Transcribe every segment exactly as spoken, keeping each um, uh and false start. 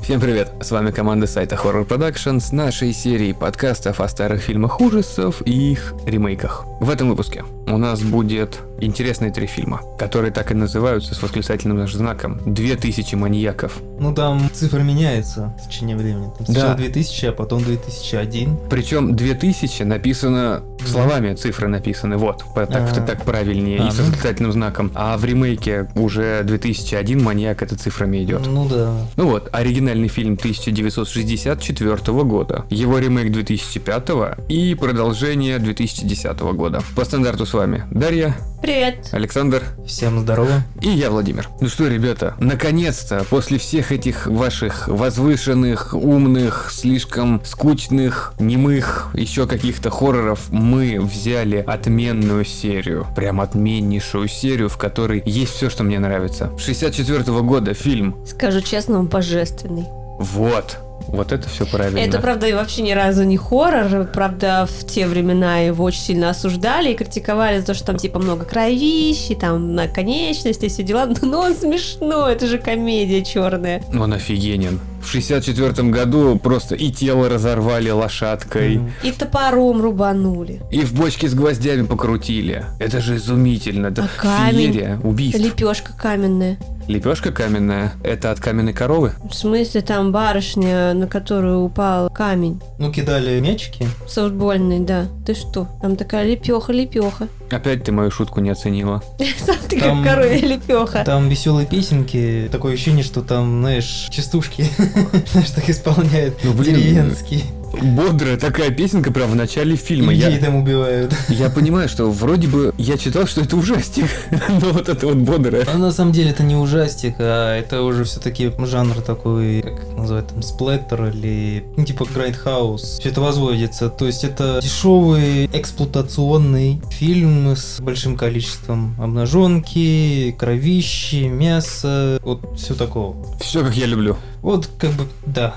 Всем привет, с вами команда сайта Horror Production с нашей серией подкастов о старых фильмах ужасов и их ремейках. В этом выпуске у нас будет интересные три фильма, которые так и называются с восклицательным знаком «Две тысячи маньяков». Ну там цифра меняется в течение времени. Там сначала Да. две тысячи, а потом две тысячи один. Причем две тысячи написано словами, цифры написаны, вот, по- так, А. так правильнее, А, и с ну. восклицательным знаком. А в ремейке уже две тысячи один маньяк это цифрами идет. Ну да. Ну вот, оригинальный фильм тысяча девятьсот шестьдесят четвёртого года, его ремейк две тысячи пятого и продолжение две тысячи десятого года. По стандарту с вами Дарья, Привет. Александр Всем здорово. и я, Владимир. Ну что, ребята, наконец-то, после всех этих ваших возвышенных, умных, слишком скучных, немых, еще каких-то хорроров, мы взяли отменную серию. Прям отменнейшую серию, в которой есть все, что мне нравится. шестьдесят четвёртого года фильм. Скажу честно, он божественный. Вот. Вот это все правильно. Это, правда, и вообще ни разу не хоррор. Правда, в те времена его очень сильно осуждали и критиковали за то, что там типа много кровищи, там на конечности, все дела. Но он смешно, это же комедия черная. Он офигенен. В шестьдесят четвёртом году просто и тело разорвали лошадкой, Мгм. И топором рубанули. и в бочке с гвоздями покрутили. Это же изумительно. Это А камень? феерия убийств. Лепешка каменная. Лепешка каменная. Это от каменной коровы? В смысле, там барышня, на которую упал камень. Ну кидали мячики. Софтбольный, да. Ты что? Там такая лепеха-лепеха. Опять ты мою шутку не оценила. Сам ты Там- как коровья лепеха. Там веселые песенки. Такое ощущение, что там, знаешь, частушки. Знаешь, так исполняют. Ну, блин. Деревенские. Бодрая такая песенка прям в начале фильма. И людей Я, там убивают. я понимаю, что вроде бы я читал, что это ужастик. Но вот это вот бодрое. А на самом деле это не ужастик, а это уже все-таки жанр такой, как называют, там, сплэттер или ну, типа грайндхаус. Все это возводится. То есть это дешевый эксплуатационный фильм с большим количеством обнаженки, кровищи, мяса, вот все такого. Все как я люблю. Вот как бы, да.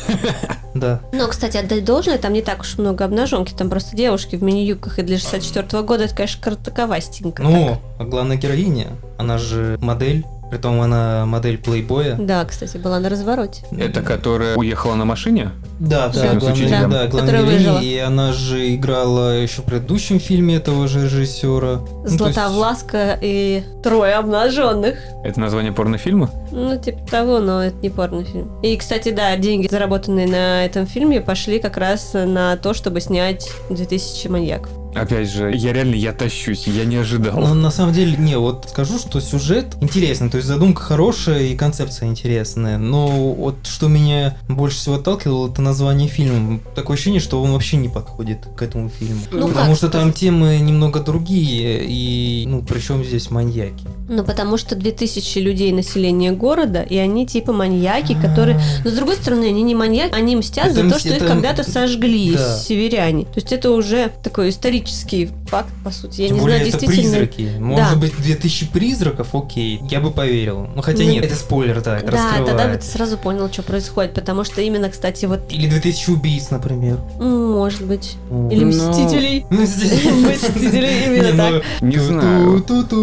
Да. Но, кстати, отдать должное, там не так уж много обнаженки, там просто девушки в мини-юбках, и для шестьдесят четвёртого года это, конечно, картаковастенько. Ну, а главная героиня, она же модель, притом она модель плейбоя. Да, кстати, была на развороте. Это которая уехала на машине? Да, С да, этим, с главная, учителем. да, главная Которая героиня, выжила. и она же играла еще в предыдущем фильме этого же режиссера. Ну, то есть- Златовласка и трое обнаженных. Это название порнофильма? Ну, типа того, но это не порнофильм. И, кстати, да, деньги, заработанные на этом фильме, пошли как раз на то, чтобы снять две тысячи маньяков. Опять же, я реально, я тащусь, я не ожидал. Ну, на самом деле, не, вот скажу, что сюжет интересный, то есть задумка хорошая и концепция интересная, но вот что меня больше всего отталкивало, это название фильма. Такое ощущение, что он вообще не подходит к этому фильму. Ну, Потому как что там сказать? темы немного другие, и, ну, причем здесь маньяки. Ну, потому что две тысячи людей населения города, и они типа маньяки, которые... Но, с другой стороны, они не маньяки, они мстят Это за то, мс- что их это- когда-то сожгли да. северяне. То есть это уже такой исторический факт, по сути. Я Тем не более знаю, это действительно... призраки. Может Да. быть, две тысячи призраков, окей, я бы поверил. Ну, хотя Ну, нет, это спойлер, да, это Да, тогда бы раскрывает. ты сразу понял, что происходит, потому что именно, кстати, вот, Или две тысячи убийц, например. м, может быть, О. или Ну, Мстителей. Мстители. Мстителей именно так. Не знаю.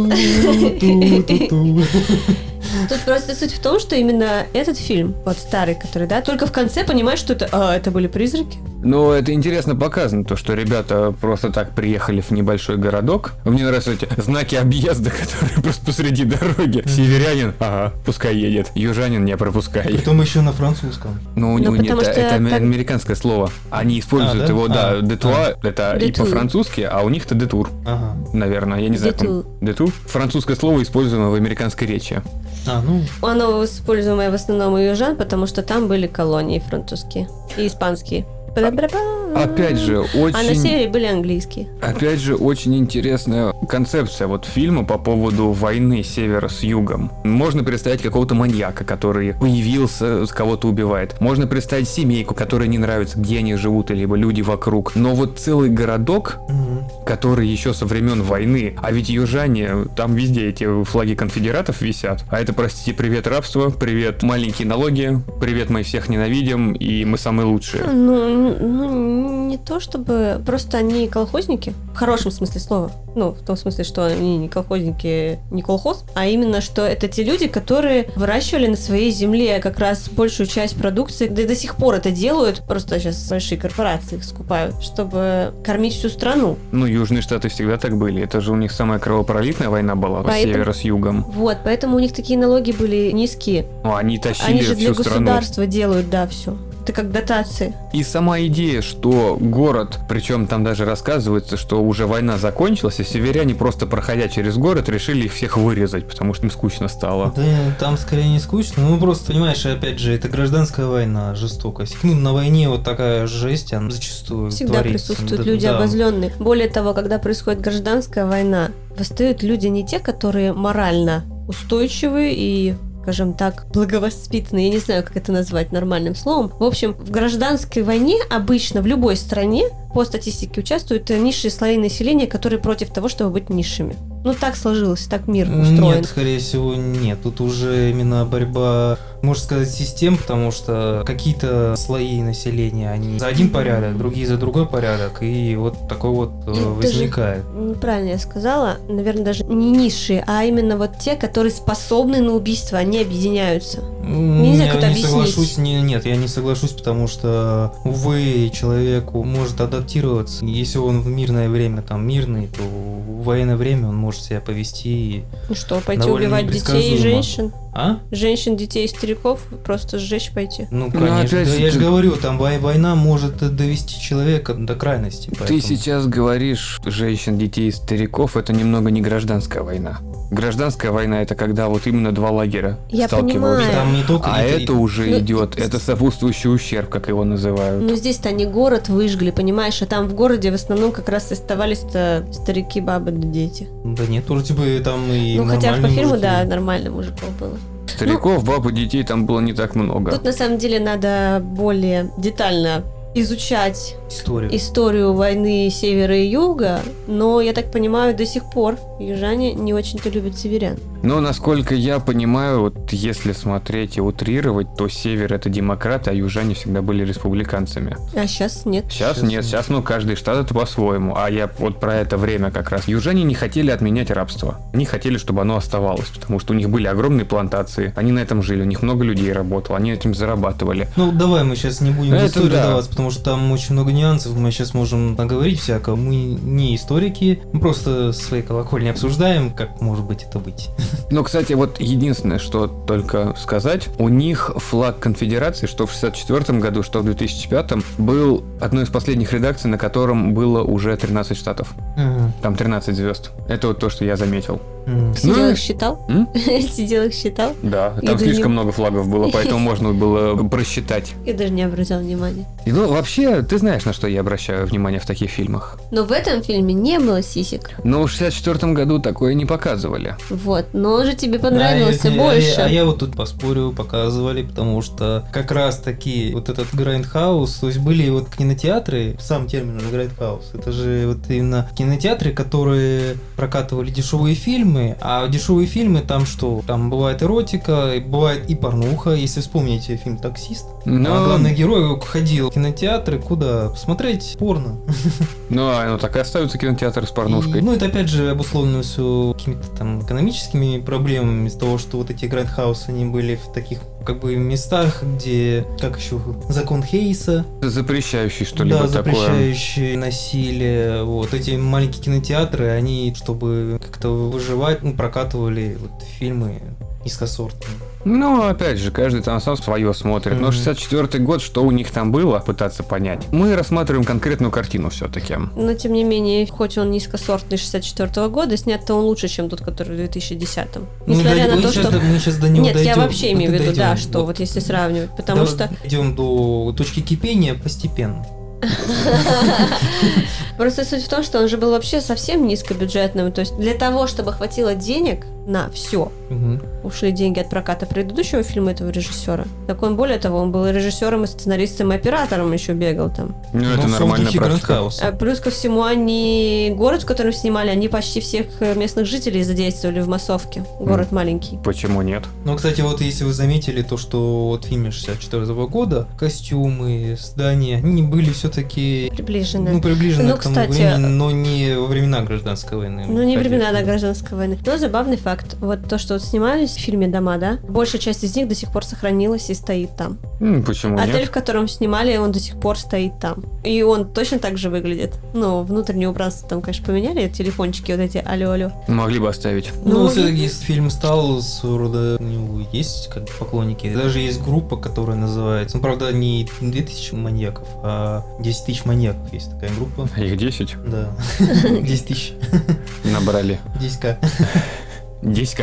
Ту-ту-ту-ту-ту-ту. Тут просто суть в том, что именно этот фильм, вот старый, который, да, только в конце понимаешь, что это, а, это были призраки. Но это интересно показано, то, что ребята просто так приехали в небольшой городок. Мне нравятся эти знаки объезда, которые просто посреди дороги. Северянин, ага, пускай едет. Южанин, не пропускай. Притом еще на французском. Ну, у Ну, него нет, потому что это так- американское слово. Они используют А, да? его, да, А, детуа, это и Детур. по-французски, а у них-то детур, Ага. наверное, я не знаю. Детур. там- Детур? Французское слово, используемое в американской речи. А, ну, Оно используемое в основном у южан, потому что там были колонии французские и испанские. Бра-бра-ба. Опять же, А на очень... севере были английские. Опять же, очень интересная концепция вот фильма по поводу войны севера с югом. Можно представить какого-то маньяка, который появился, с кого-то убивает. Можно представить семейку, которой не нравится, где они живут, либо люди вокруг. Но вот целый городок, мгм. который еще со времен войны. А ведь южане, там везде эти флаги конфедератов висят. А это, простите, привет рабство, привет маленькие налоги, привет мы всех ненавидим, и мы самые лучшие. Ну, ну, не то чтобы... Просто они колхозники, в хорошем смысле слова. Ну, в том смысле, что они не колхозники, не колхоз, а именно, что это те люди, которые выращивали на своей земле как раз большую часть продукции, да и до сих пор это делают, просто сейчас большие корпорации их скупают, чтобы кормить всю страну. Ну, Южные Штаты всегда так были. Это же у них самая кровопролитная война была, Поэтому... севера с югом. Вот, поэтому у них такие налоги были низкие. Ну, они тащили Они же для всю государства страну. делают, да, все. Это как дотации. И сама идея, что город, причем там даже рассказывается, что уже война закончилась, и северяне, просто проходя через город, решили их всех вырезать, потому что им скучно стало. Да, там скорее не скучно. Ну, просто, понимаешь, опять же, это гражданская война, жестокость. Ну, на войне вот такая жесть, она зачастую Всегда творится. присутствуют Да, люди да. обозленные. Более того, когда происходит гражданская война, восстают люди не те, которые морально устойчивы и, скажем так, благовоспитанные, я не знаю, как это назвать нормальным словом. В общем, в гражданской войне обычно в любой стране по статистике участвуют низшие слои населения, которые против того, чтобы быть низшими. Ну, так сложилось, так мир устроен. Нет, скорее всего, нет. Тут уже именно борьба, можно сказать, систем, потому что какие-то слои населения, они за один порядок, другие за другой порядок, и вот такой вот э, Это возникает. же неправильно я сказала, наверное, даже не низшие, а именно вот те, которые способны на убийство, они объединяются. Нельзя я как-то не объяснить. соглашусь, не, нет, я не соглашусь, потому что, увы, человеку может адаптироваться. Если он в мирное время там мирный, то в военное время он может себя повести. Ну что, пойти Довольно убивать детей и непредсказуемо. женщин? А? Женщин, детей и стариков просто сжечь пойти. Ну, Ну, конечно. опять Да, же, я же ты- говорю, там вой- война может довести человека до крайности. Ты поэтому- сейчас говоришь женщин, детей, стариков, это немного не гражданская война. Гражданская война — это когда вот именно два лагеря Я сталкиваются. понимаю. Там не только А детей. это уже Ну, идет, и- это сопутствующий ущерб, как его называют. Но здесь-то они город выжгли, понимаешь? А там в городе в основном как раз оставались-то старики, бабы да дети. Да нет, тоже типа там и Ну, хотя по нормальные фильму, мужики. да, нормально мужиков было. Стариков, баб и детей там было не так много. Тут на самом деле надо более детально изучать Историю. историю войны севера и юга, но, я так понимаю, до сих пор южане не очень-то любят северян. Но, насколько я понимаю, вот если смотреть и утрировать, то север — это демократы, а южане всегда были республиканцами. А сейчас нет. Сейчас Сейчас нет, нет. сейчас, ну, каждый штат это по-своему. А я вот про это время как раз. Южане не хотели отменять рабство. Они хотели, чтобы оно оставалось, потому что у них были огромные плантации, они на этом жили, у них много людей работало, они этим зарабатывали. Ну, давай мы сейчас не будем в Это историю да. даваться, потому что там очень много нюансов, мы сейчас можем наговорить всякого. Мы не историки, мы просто со своей колокольни обсуждаем, как может быть это быть. Но, кстати, вот единственное, что только сказать, у них флаг конфедерации, что в шестьдесят четвёртом году, что в две тысячи пятом, был одной из последних редакций, на котором было уже тринадцать штатов. Там тринадцать звезд. Это вот то, что я заметил. Сидел Ну и- их считал? М? Сидел их считал? Да, Я там даже слишком не- много флагов было, поэтому можно было просчитать. Я даже не обратил внимания. И, ну, вообще, ты знаешь, на что я обращаю внимание в таких фильмах. Но в этом фильме не было сисек. Но в шестьдесят четвёртом году такое не показывали. Вот. Но он же тебе понравился а, я- больше. А, я вот тут поспорю, показывали, потому что как раз таки вот этот грайндхаус, то есть были вот кинотеатры, сам термин же грайндхаус, это же вот именно кинотеатры, которые прокатывали дешевые фильмы, а дешевые фильмы там что? Там бывает эротика, и бывает и порнуха, если вспомните фильм «Таксист». Но, А главный герой ходил в кинотеатры, куда? Посмотреть порно. ну, а, ну так и остаются кинотеатры с порнушкой. И, ну, это опять же обусловлено все какими-то там экономическими проблемами из-за того, что вот эти грайндхаусы, они были в таких как бы местах, где, как еще, закон Хейса, Запрещающий что-либо да, такое. запрещающие насилие. Вот эти маленькие кинотеатры, они, чтобы как-то выживать, ну, прокатывали вот фильмы низкосортные. Ну, опять же, каждый там сам свое смотрит. Но Мгм. шестьдесят четвёртый год, что у них там было, пытаться понять. Мы рассматриваем конкретную картину все-таки. Но, тем не менее, хоть он низкосортный шестьдесят четвёртого года, снят-то он лучше, чем тот, который в две тысячи десятом. Несмотря Ну, на мы то, сейчас что... до- мы сейчас до него Нет, я дойдем. вообще имею в Вот и виду, да, дойдем. что вот если сравнивать, потому Да, что... идем до точки кипения постепенно. Просто суть в том, что он же был вообще совсем низкобюджетным. То есть для того, чтобы хватило денег на все. Мгм. Ушли деньги от проката предыдущего фильма этого режиссера. Так он, более того, он был и режиссером, и сценаристом, и оператором еще бегал там. Ну, Ну, это в нормальная духе практика. Грандхауса. А плюс ко всему, они город, в котором снимали, они почти всех местных жителей задействовали в массовке. Город маленький. Почему нет? Ну, кстати, вот если вы заметили то, что вот в фильме шестьдесят четвёртого года костюмы, здания, они были все-таки Приближенно. ну, приближены Ну, к тому кстати, времени, но не во времена гражданской войны. Ну, не Ходили. времена, да, гражданской войны. Но забавный факт. Вот то, что вот снимались в фильме «Дома», да, большая часть из них до сих пор сохранилась и стоит там. М, почему Отель, нет? в котором снимали, он до сих пор стоит там. И он точно так же выглядит. Ну, внутреннее убранство там, конечно, поменяли, телефончики вот эти, алло-алло. Могли бы оставить. Ну, Ну, все-таки и- фильм стал своего рода, у него есть как бы поклонники. Даже есть группа, которая называется, ну, правда, не две тысячи маньяков, а десять тысяч маньяков есть такая группа. Их десять Да, десять тысяч, набрали. десять ка, десять.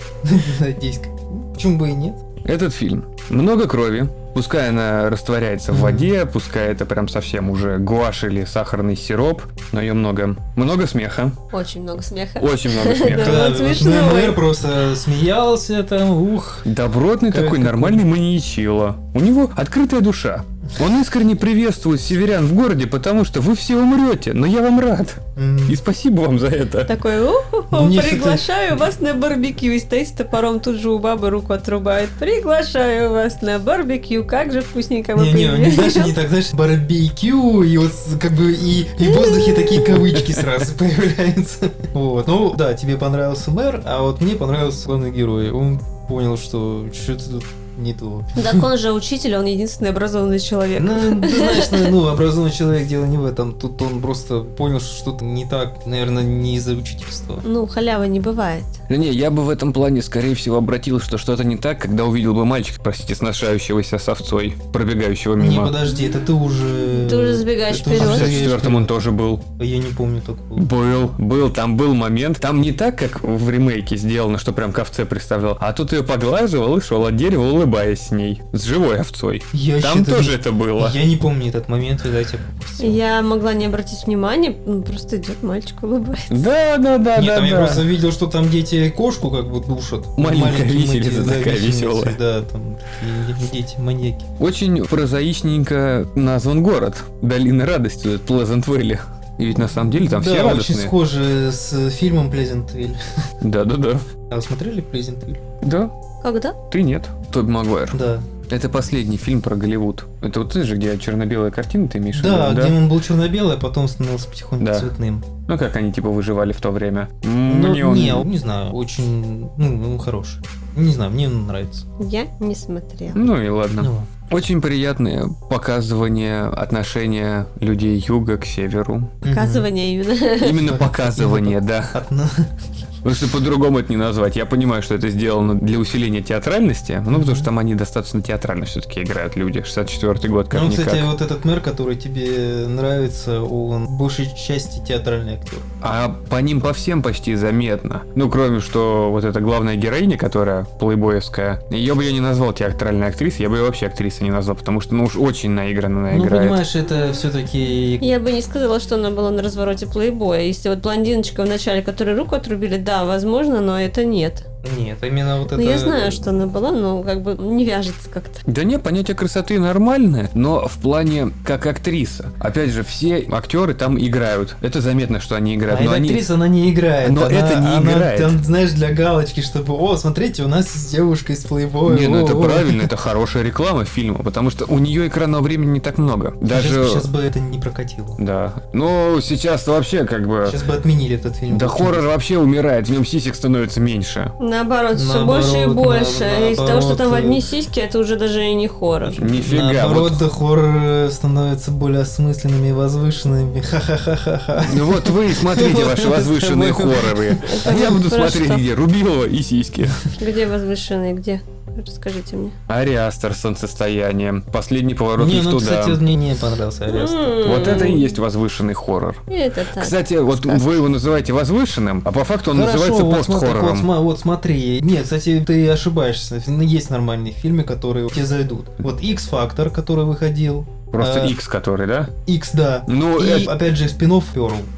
десять ка. Почему бы и нет? Этот фильм. Много крови. Пускай она растворяется в воде, пускай это прям совсем уже гуашь или сахарный сироп, но ее много. Много смеха. Очень много смеха. Очень много смеха. Да, Да, он вот смешной. мэр просто смеялся там, ух. Добротный Как такой какой? нормальный маньячило. У него открытая душа. Он искренне приветствует северян в городе, потому что вы все умрете, но я вам рад. М. И спасибо вам за это. Такой, у-ху-ху, Мне что-то- приглашаю вас на барбекю. И стоит с топором, тут же у бабы руку отрубает. Приглашаю вас на барбекю. Как же вкусненько вы Не-не, у них, знаешь, поели. не так, знаешь, барбекю, и вот с- как бы и, и в воздухе такие кавычки сразу появляются. Вот, ну да, тебе понравился мэр, а вот мне понравился главный герой. Он понял, что что-то тут не то. Так он же учитель, он единственный образованный человек. Ну, ты знаешь, ну, ну, образованный человек, дело не в этом. Тут он просто понял, что что-то не так, наверное, не из-за учительства. Ну, халявы не бывает. Да не, я бы в этом плане, скорее всего, обратил, что что-то не так, когда увидел бы мальчика, простите, сношающегося с овцой, пробегающего Не, мимо. подожди, это ты уже... Ты уже забегаешь это уже вперед. А в забегаешь шестьдесят четвёртом он вперед. тоже был. Я не помню такого. Был, был, там был момент. Там не так, как в ремейке сделано, что прям к овце представлял, а тут ее поглаживал и шел от дерева, улыбаясь с ней, с живой овцой. Я Там что-то тоже не- это было. Я не помню этот момент, когда я тебя пропустил. Я могла не обратить внимания, ну, просто идет мальчик, улыбается. Да, да, да, Нет, да, там я да. просто видел, что там дети кошку как бы душат. Маленькая Маленькие виселица эти, да, такая виселицы, веселая. Да, там такие дети, маньяки. Очень прозаичненько назван город. Долина радости, Pleasant Valley. И ведь на самом деле там да, все очень радостные. схоже с фильмом Плезентвиль. Да, да, да. А вы смотрели Плезентвиль? Да, Когда? ты нет. Тоби Магуайр. Да. Это последний фильм про Голливуд. Это вот ты же, где черно-белая картина, ты имеешь в Да, виду, где он был черно-белый, а потом становился потихоньку Да. цветным. Ну, как они, типа, выживали в то время. Ну, Мне он... не, не знаю, очень, ну, ну, хороший. Не знаю, мне он нравится. Я не смотрела. Ну и ладно. Ну, Очень приятное показывание отношения людей юга к северу. Показывание именно. Именно показывание, да. от на- Потому что по-другому это не назвать. Я понимаю, что это сделано для усиления театральности, ну, потому что там они достаточно театрально все-таки играют люди. шестьдесят четвёртый год, Ну, как-никак. кстати, вот этот мэр, который тебе нравится, он в большей части театральный актер. А по ним по всем почти заметно. Ну, кроме что вот эта главная героиня, которая плейбоевская, ее бы я не назвал театральной актрисой, я бы ее вообще актрисой не назвал, потому что, ну, уж очень наигранно она Ну, играет. понимаешь, это все-таки... Я бы не сказала, что она была на развороте плейбоя. Если вот блондиночка в начале, которой руку отрубили, да, возможно, но это нет. Нет, именно вот это... Ну, я знаю, что она была, но как бы не вяжется как-то. Да не, понятие красоты нормальное, но в плане как актриса. Опять же, все актеры там играют. Это заметно, что они А играют. но эта они... актриса, она не играет. Но она, это не она играет. Там, знаешь, для галочки, чтобы, о, смотрите, у нас есть девушка из плейбоя. Не, ну о, это о». правильно, это хорошая реклама фильма, потому что у нее экранного времени не так много. Даже... Сейчас, сейчас бы это не прокатило. Да. Ну, сейчас вообще как бы... Сейчас бы отменили этот фильм. Да хоррор вообще умирает, в нем сисек становится меньше. Наоборот, все Наоборот, больше и больше. на- Из-за того, что там наоборот, одни э, сиськи, это уже даже и не хоррор. Нифига. Наоборот, вот. да, хорроры становятся более осмысленными и возвышенными. Ха-ха-ха-ха-ха. Ну вот вы смотрите ваши возвышенные хорроры. А я буду Про смотреть что? где? Рубилова и сиськи. Где возвышенные, где? Расскажите мне. Ариастер солнцестояние. Последний поворот не, Не, ну, туда. кстати, мне не понравился Арест. М, Вот это и есть возвышенный хоррор. Это так. Кстати, вот сказки. вы его называете возвышенным, а по факту он Хорошо, называется вот смотри, вот, пост-хоррором. сма- вот смотри. Нет, кстати, ты ошибаешься. Ну, есть нормальные фильмы, которые тебе зайдут. Вот X-Factor, который выходил. Просто а, X, который, да? X, да. Ну, И это- опять же спин-офф Pearl.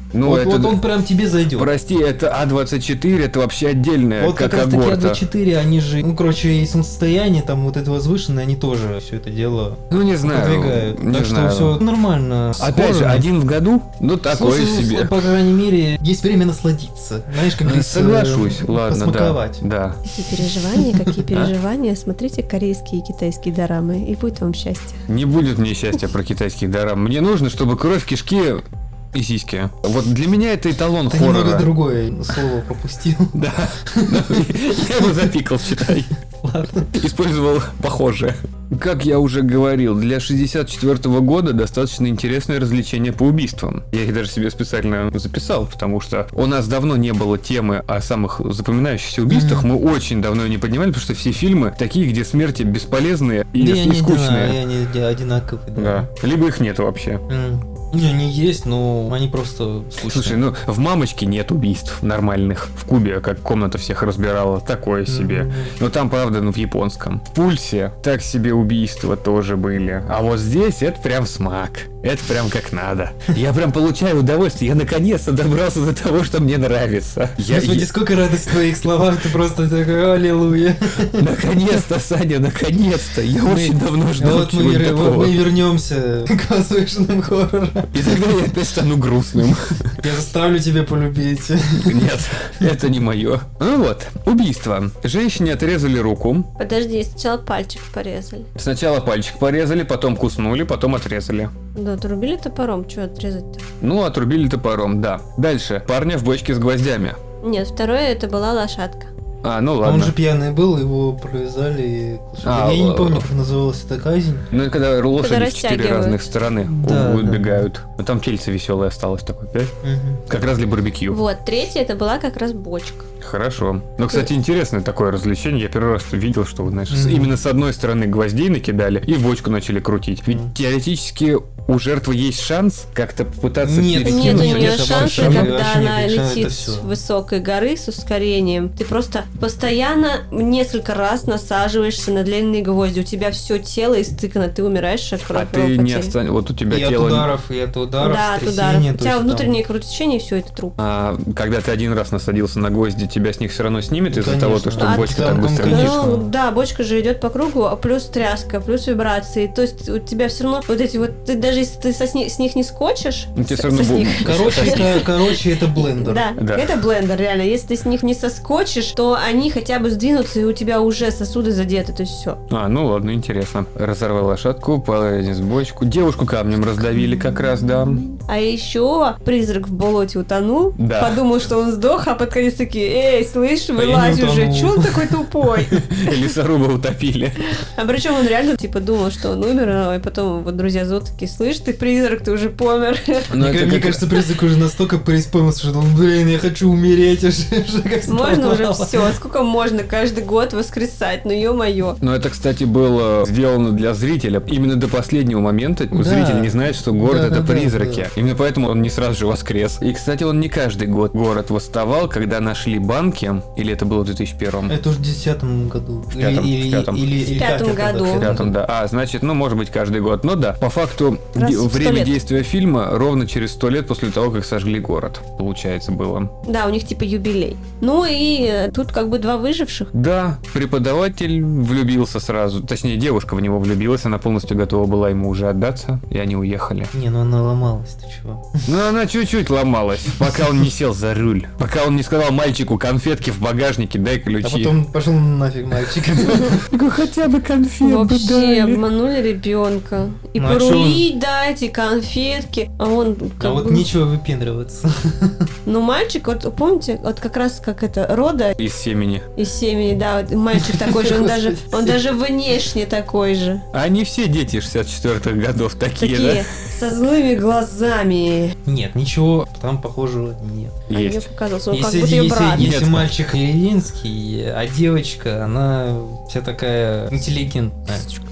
Ну, вот, это... вот он прям тебе зайдет. Прости, это А двадцать четыре, это вообще отдельная Вот как раз таки А когорта. двадцать четыре, они же, ну, короче, и солнцестояние, там вот это возвышенное, они тоже все это дело Ну, не знаю. продвигают. Не так знаю. что все нормально. Опять же, один в году? Ну, такое Слушай, себе. По крайней мере, есть время насладиться. Знаешь, как говорится, Соглашусь, ладно, да. посмаковать. Да. Какие переживания, какие переживания. Смотрите корейские и китайские дорамы, и будет вам счастье. Не будет мне счастья про китайских дорам. Мне нужно, чтобы кровь, кишки и сиськи. Вот для меня это эталон Ты хоррора. немного другое слово пропустил. Да. Я его запикал, считай. Ладно. Использовал похожее. Как я уже говорил, для шестьдесят четвёртого года достаточно интересное развлечение по убийствам. Я их даже себе специально записал, потому что у нас давно не было темы о самых запоминающихся убийствах. Мгм. Мы очень давно ее не поднимали, потому что все фильмы такие, где смерти бесполезные и, Да, и они скучные. одина- они одинаковые. Да. Либо их нет вообще. М. Не, они есть, но они просто скучные. Слушай, ну в «Мамочке» нет убийств нормальных. В Кубе, как комната всех разбирала, такое себе. Мгм. Но там, правда, ну в японском. В «Пульсе» так себе убийства тоже были. А вот здесь это прям смак. Это прям как надо. Я прям получаю удовольствие. Я наконец-то добрался до того, что мне нравится. Я, Господи, я- сколько радости в твоих словах, ты просто такой, аллилуйя. Наконец-то, Саня, наконец-то. Я Мы- очень давно ждал Вот мы, чего-то вер- вот такого. мы вернемся к возвышенным хоррорам. И тогда я опять стану грустным. Я заставлю тебя полюбить. Нет, это не мое. Ну вот, убийство. Женщине отрезали руку. Подожди, сначала пальчик порезали. Сначала пальчик порезали, потом куснули, потом отрезали. Да, отрубили топором, что отрезать-то? Ну, отрубили топором, да. Дальше. Парня в бочке с гвоздями. Нет, второе это была лошадка. А, ну Он ладно. же пьяный был, его провязали к лошади. А, Я не э, помню, как называлась эта казнь. Ну и когда лошади в четыре растягивают. разных стороны Да, у- да. убегают. Ну там тельце веселое осталось такое, опять. Мгм. Как раз для барбекю. Вот, третье это была как раз бочка. Хорошо. Ну, кстати, интересное такое развлечение. Я первый раз видел, что, вот, знаешь, с- Мгм. именно с одной стороны гвоздей накидали и в бочку начали крутить. Ведь Мгм. теоретически у жертвы есть шанс как-то попытаться Нет, перекинуть. Нет, у Нет, нее это шансы, вообще- когда вообще не она решает летит это с всё. высокой горы с ускорением. Ты просто постоянно несколько раз насаживаешься на длинные гвозди. У тебя все тело истыкано, ты умираешь от А крови. ты не останешься. Вот у тебя И от тело. ударов, и от ударов, Да, от сотрясения, ударов. У то тебя есть внутреннее кровотечение, и все, это труп. А когда ты один раз насадился на гвозди, тебя с них все равно снимет из-за Конечно. того, то, что А бочка там, так быстро конечно. летит. Ну, да, бочка же идет по кругу, а плюс тряска, плюс вибрации. То есть у тебя все равно вот эти вот, ты даже если ты со сни- с них не скочишь, Ну, тебе с- всё равно со бу- них- Короче, это, короче, это блендер. Да, Да. это блендер, реально. Если ты с них не соскочишь, то они хотя бы сдвинутся, и у тебя уже сосуды задеты, то есть все. А, ну ладно, интересно. Разорвал лошадку, полез в бочку. Девушку камнем раздавили как раз, да. А еще призрак в болоте утонул, Да. подумал, что он сдох, а под конец такие, эй, слышь, А я не вылазь уже, утонул. че он такой тупой? Лесоруба утопили. А причем он реально, типа, думал, что он умер, а потом вот друзья зовут такие, слышь, ты призрак, ты уже помер. Ну, мне, это мне как- кажется, призрак уже настолько преисполнился, что он, блин, я хочу умереть уже. уже как Можно уже стало. все, сколько можно каждый год воскресать, ну ё-моё. Но это, кстати, было сделано для зрителя. Именно до последнего момента Да. зритель не знает, что город Да, это да, да, призраки. да. Именно поэтому он не сразу же воскрес. И, кстати, он не каждый год город восставал, когда нашли банки. Или это было в две тысячи первом? Это уже в десятом году. В пятом, Или, в пятом. или, В или пятом как это, году. да, В пятом, да. А, значит, ну, может быть, каждый год. Но да, по факту, Раз де- в сто время лет. действия фильма ровно через сто лет после того, как сожгли город, получается, было. Да, у них типа юбилей. Ну и э, тут как бы два выживших. Да, преподаватель влюбился сразу. Точнее, девушка в него влюбилась, она полностью готова была ему уже отдаться, и они уехали. Не, ну она ломалась, ты чего? Ну, она чуть-чуть ломалась, пока он не сел за руль. Пока он не сказал мальчику конфетки в багажнике, дай ключи. А потом пошел нафиг мальчик. Такой, хотя бы конфет Вообще обманули ребенка. И Ну, а порулить дать, и конфетки. А он как А вот бы... нечего выпендриваться. Ну, мальчик, вот помните, вот как раз как это, рода Из семени. из семени, да, вот мальчик такой же, он даже, он даже внешне такой же. Они все дети шестьдесят четвёртых годов такие, Такие, со злыми глазами. Нет, ничего там похожего нет. да? А мне Есть. показалось, он как Если, будто ее если, брат. если Нет. мальчик деревенский, а девочка, она вся такая интеллигентная.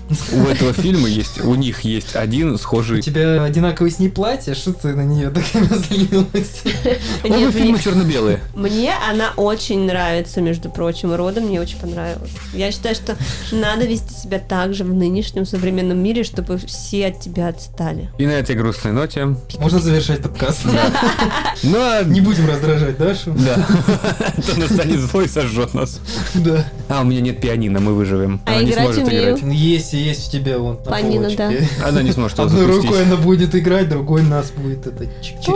У этого фильма есть, у них есть один У схожий... тебя одинаковый с ней платье, что ты на нее так разлилась? Оба Нет, фильма мне- черно-белые. Мне она очень нравится, между прочим, родом мне очень понравилась. Я считаю, что надо вести себя так же в нынешнем современном мире, чтобы все от тебя отстали. И на этой грустной ноте... Можно завершать подкаст. Ну, а- Не будем раздражать Дашу. Да. То настанет злой и сожжет нас. Да. А, у меня нет пианино, мы выживем. А Она не играть сможет умею. играть. Есть, есть у тебя вон на Пианино, полочке. Она не сможет его Одной запустить. рукой она будет играть, другой нас будет это чик-чирик.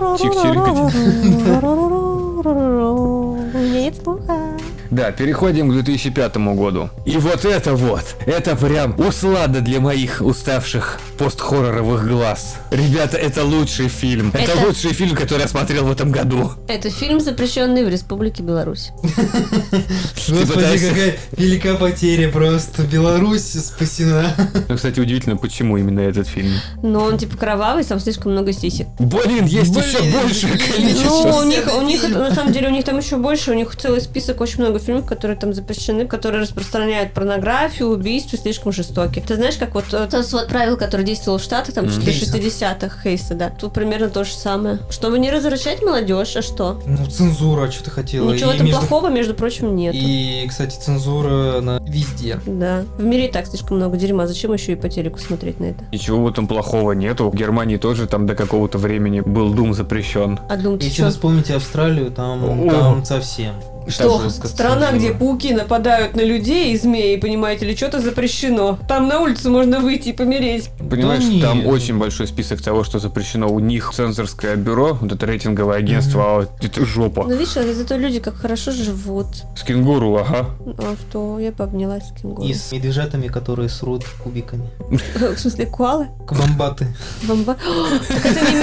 У меня нет слуха. Да, переходим к две тысячи пятому году. И вот это вот, это прям услада для моих уставших постхорроровых глаз. Ребята, это лучший фильм. Это, Это- лучший фильм, который я смотрел в этом году. Это фильм, запрещенный в Республике Беларусь. Господи, пытаешься- какая велика потеря просто. Беларусь спасена. Ну, кстати, удивительно, почему именно этот фильм. Но он типа кровавый, там слишком много сисек. Блин, есть Блин, еще большее есть количество. Ну, у них, Сцены у них, фильма. на самом деле, у них там еще больше, у них целый список, очень много фильмов, которые там запрещены, которые распространяют порнографию, убийства, слишком жестокие. Ты знаешь, как вот э, тот свод правил, который действовал в Штатах, там, Мгм. в Хейса. шестидесятых, Хейса, да. Тут примерно то же самое. Чтобы не развращать молодежь, а что? Ну, цензура, что ты хотела. Ничего И там между- плохого, между прочим, нет. И, кстати, цензура она везде. Да. В мире и так слишком много дерьма. Зачем еще и по телеку смотреть на это? Ничего в этом плохого нету. В Германии тоже там до какого-то времени был Doom запрещен. А думаете, Если что? вы вспомните Австралию, там, О. там совсем. Что, Так жестко страна, цензура. где пауки нападают на людей и змеи, понимаете ли, что-то запрещено. Там на улицу можно выйти и помереть. Понимаешь, Да там нет. очень большой список того, что запрещено. У них цензорское бюро, вот это рейтинговое агентство, а это жопа. Ну, видишь, а зато люди как хорошо живут. С кенгуру, ага. А что, я пообнялась с кенгуру. И с медвежатами, которые срут кубиками. В смысле, коалы? Кубамбаты. Бомба... Так это не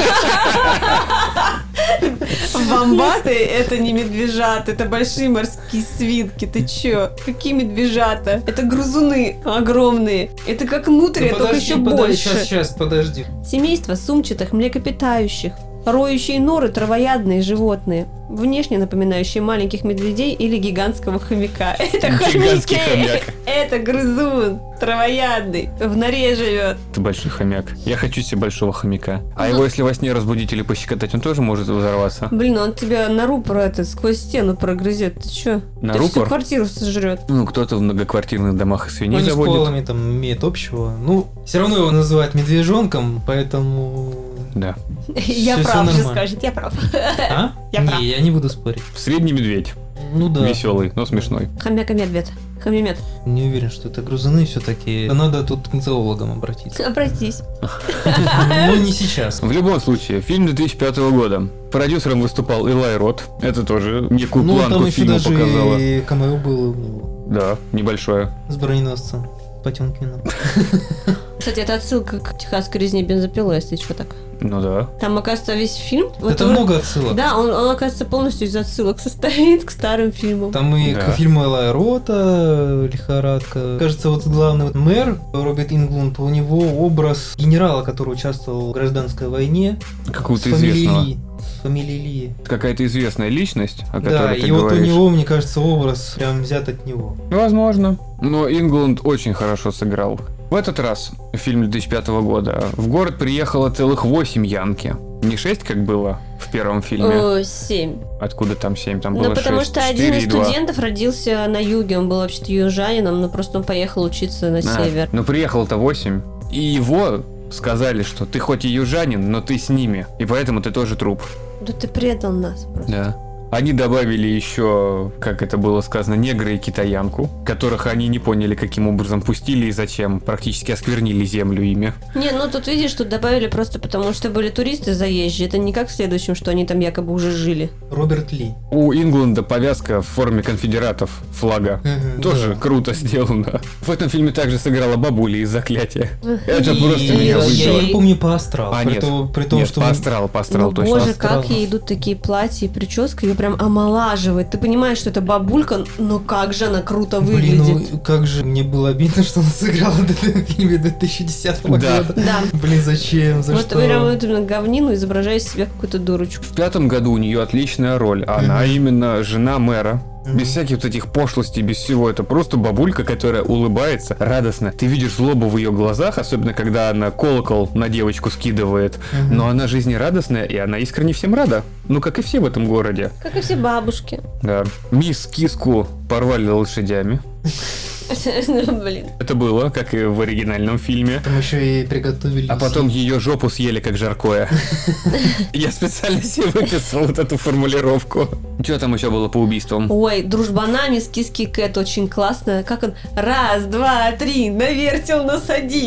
мед- Вомбаты — это не медвежата, это большие морские свинки. Ты чё? Какие медвежата? Это грызуны огромные. Это как нутрия, только еще больше. Сейчас, сейчас, подожди. Семейство сумчатых млекопитающих, роющие норы травоядные животные, внешне напоминающие маленьких медведей или гигантского хомяка. Это Гигантский хомяки. хомяк. Это грызун, травоядный, в норе живет. Это большой хомяк. Я хочу себе большого хомяка. А его если во сне разбудить или пощекотать, он тоже может взорваться? Блин, он тебя нору про это сквозь стену прогрызет. Ты чё? На Ты всю рупор? квартиру сожрет. Ну, кто-то в многоквартирных домах и свиней Они с заводит. коалами там имеют общего. Ну, все равно его называют медвежонком, поэтому... Да. Я Всё- всё прав, же нормально. скажет, я прав. А? Я прав. Не, я не буду спорить. Средний медведь. Ну да. Веселый, но смешной. Хомяк и медведь. Хомемет. Не уверен, что это грузины все-таки. Надо тут к зоологам обратиться. Обратись. Но не сейчас. В любом случае, фильм две тысячи пятого года. Продюсером выступал Элай Рот. Это тоже некую Ну, планку там еще фильма даже показало. и камео было у него Да, небольшое. с броненосцем Потемкиным. Кстати, это отсылка к техасской резне бензопилой, если что так. Ну да. Там, оказывается, весь фильм... вот Это он- много отсылок. Да, он, он, оказывается, полностью из отсылок состоит к старым фильмам. Там и Да. к фильму Элая Рота, «Лихорадка». Кажется, вот главный вот мэр Роберт Инглунд, у него образ генерала, который участвовал в гражданской войне. Какого-то с фамилией известного. Ли. С фамилией Ли. Какая-то известная личность, о Да, которой ты и вот у говоришь. него, мне кажется, образ прям взят от него. Возможно. Но Ингланд очень хорошо сыграл. В этот раз, фильм две тысячи пятого года, в город приехало целых восемь янки. Не шесть, как было в первом фильме. О, семь. Откуда там семь? Там было Ну, потому шесть. что один четыре из и два. студентов родился на юге, он был вообще-то южанином, но просто он поехал учиться на А, север. ну приехало-то восемь. И его сказали, что ты хоть и южанин, но ты с ними. И поэтому ты тоже труп. Да ты предал нас просто. Да. Они добавили еще, как это было сказано, негра и китаянку, которых они не поняли, каким образом пустили и зачем. Практически осквернили землю ими. Не, ну тут видишь, тут добавили просто потому, что были туристы заезжие. Это не как в следующем, что они там якобы уже жили. Роберт Ли. У Ингланда повязка в форме конфедератов флага. Тоже Да. круто сделано. В этом фильме также сыграла бабуля из «Заклятия». Это И просто меня я, выбило. я не помню по астралу. А, при, нет. том, при том, Нет, что по астралу, по астралу Ну, точно. боже, Астрал. как ей идут такие платья и прическа, ее прям омолаживает. Ты понимаешь, что это бабулька, но как же она круто Блин, выглядит. ну как же мне было обидно, что она сыграла в этом фильме две тысячи десятого Да. года. Да. Блин, зачем? За Вот что? прям вот именно говнину, изображая из себя какую-то дурочку. В пятом году у нее отличная роль. Она Мгм. именно жена мэра. Мгм. Без всяких вот этих пошлостей, без всего. Это просто бабулька, которая улыбается радостно. Ты видишь злобу в ее глазах, особенно когда она колокол на девочку скидывает. Мгм. Но она жизнерадостная, и она искренне всем рада. Ну, как и все в этом городе. Как и все бабушки. Да. Мисс Киску порвали лошадями. Ну, блин. Это было, как и в оригинальном фильме. Там еще и приготовили. А потом ее жопу съели как жаркое. Я специально себе выписал вот эту формулировку. Что там еще было по убийствам? Ой, дружбанами с Киски Кэт очень классно. Как он раз, два, три, навертел, насади.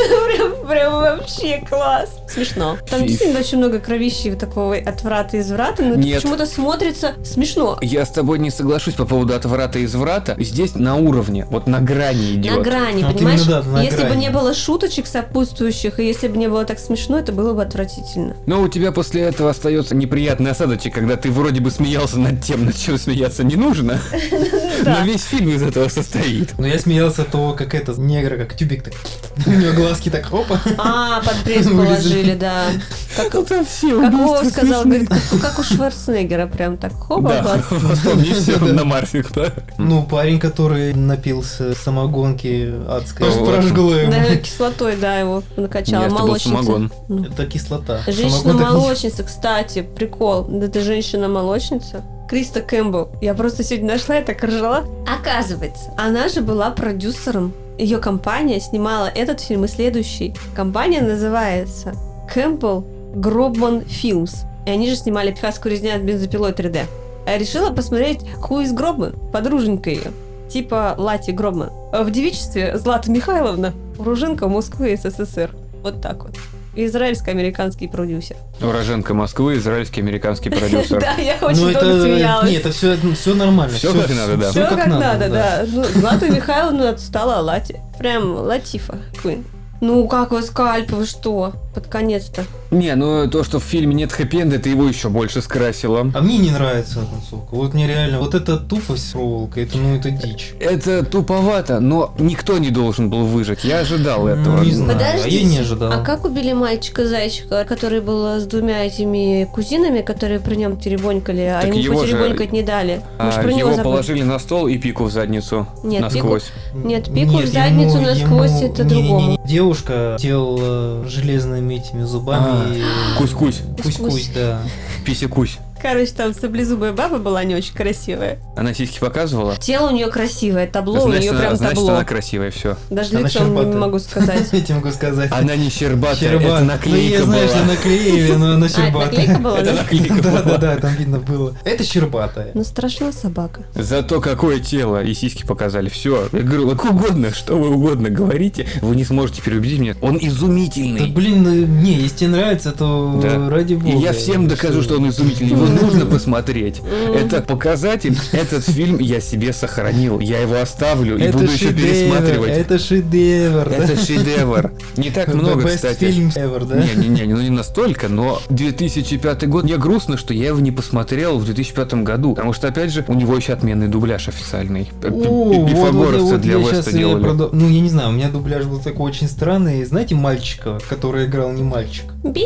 Прям, прям вообще класс. Смешно. Там Фи- действительно очень много кровищи такого отврата и изврата, но это Нет. почему-то смотрится смешно. Я с тобой не соглашусь по поводу отврата и изврата. Здесь на уровне, вот на грани идет. На грани, Вот понимаешь? именно, да, на Если бы грани. не было шуточек сопутствующих, и если бы не было так смешно, это было бы отвратительно. Но у тебя после этого остается неприятный осадочек, когда ты вроде бы смеялся над тем, над чем смеяться не нужно. Да. Но весь фильм из этого состоит. Ну я смеялся от того, как это, негра, как тюбик так. У него глазки так опа. А, под пресс Вырезали. положили, да. Как, Это все как Вова убийства сказал, смешные. говорит, как, как у Шварценеггера, прям так, хоба, Да, глаз. вспомни все Да. на Марсик, да? Ну, парень, который напился самогонки адской, Вот. прожгло ему. Да, кислотой, да, его накачала. Нет, это был Молочница. самогон. Ну. Это кислота. Женщина-молочница, кстати, прикол. Это женщина-молочница. Криста Кэмпбелл. Я просто сегодня нашла, я так ржала. Оказывается, она же была продюсером. Ее компания снимала этот фильм и следующий. Компания называется Кэмпбелл Гробман Films. И они же снимали «Техасскую резню от бензопилой три дэ». А решила посмотреть «Who is Гробман?» Подруженька ее. Типа Лати Гробман. А в девичестве Злата Михайловна. Уроженка Москвы и СССР. Вот так вот. Израильско-американский продюсер. Уроженка Москвы, израильский американский продюсер. Да, я очень Ну долго это, смеялась. нет, это все, все нормально. Всё как надо, да. Все как, надо, да. Ну, Злата Михайловна отстала Лати. Прям Латифа Куин. Ну, как вы скальп, вы что? Под конец-то. Не, ну то, что в фильме нет хэппи-энда, это его еще больше скрасило. А мне не нравится концовка. Вот мне реально, вот эта тупость с проволокой, это, ну, это дичь. Это туповато, но никто не должен был выжить. Я ожидал этого. Ну, не знаю, а Подождите, я не ожидал. а как убили мальчика-зайчика, который был с двумя этими кузинами, которые при нем теребонькали, а Так ему его же- потеребонькать не дали? Мы ж А, про него его забыли. положили на стол и пику в задницу. Нет, насквозь. Нет, пику в задницу насквозь, это другому. Девушка делала железными этими зубами. А, и- кусь-кусь. Кусь-кусь, да. Пися-кусь. Короче, там саблезубая баба была не очень красивая. Она сиськи показывала? Тело у нее красивое, табло у Значит, нее она, прям значит, табло. она красивая, все. Даже Она лицом не щербатая. могу сказать. Я тебе могу сказать. Она не щербатая, Щербат. это Ну, наклейка я знаю, что была. наклеили, но она А, это наклейка щербатая. была, Это да? наклейка Да, да, была. да, там видно было. Это щербатая. Ну, страшная собака. Зато какое тело и сиськи показали. Все. Я говорю, вот угодно, что вы угодно говорите, вы не сможете переубедить меня. Он Да, изумительный. блин, ну, не, если тебе нравится, то Да. ради бога. И я всем докажу, что он изумительный. Его нужно посмотреть. Это показатель. Этот фильм я себе сохранил. Я его оставлю и Это буду еще шедевр, пересматривать. это шедевр, да? Это шедевр. Не так The много, best кстати. film ever, да? Не-не-не, ну не настолько, но две тысячи пятый год. Мне грустно, что я его не посмотрел в две тысячи пятом году. Потому что, опять же, у него еще отменный дубляж официальный. П- п- О, вот, вот, Пифагоровцы вот для я Веста щас, э, делали. продо- Ну, я не знаю, у меня дубляж был такой очень странный. Знаете мальчика, который играл не мальчик?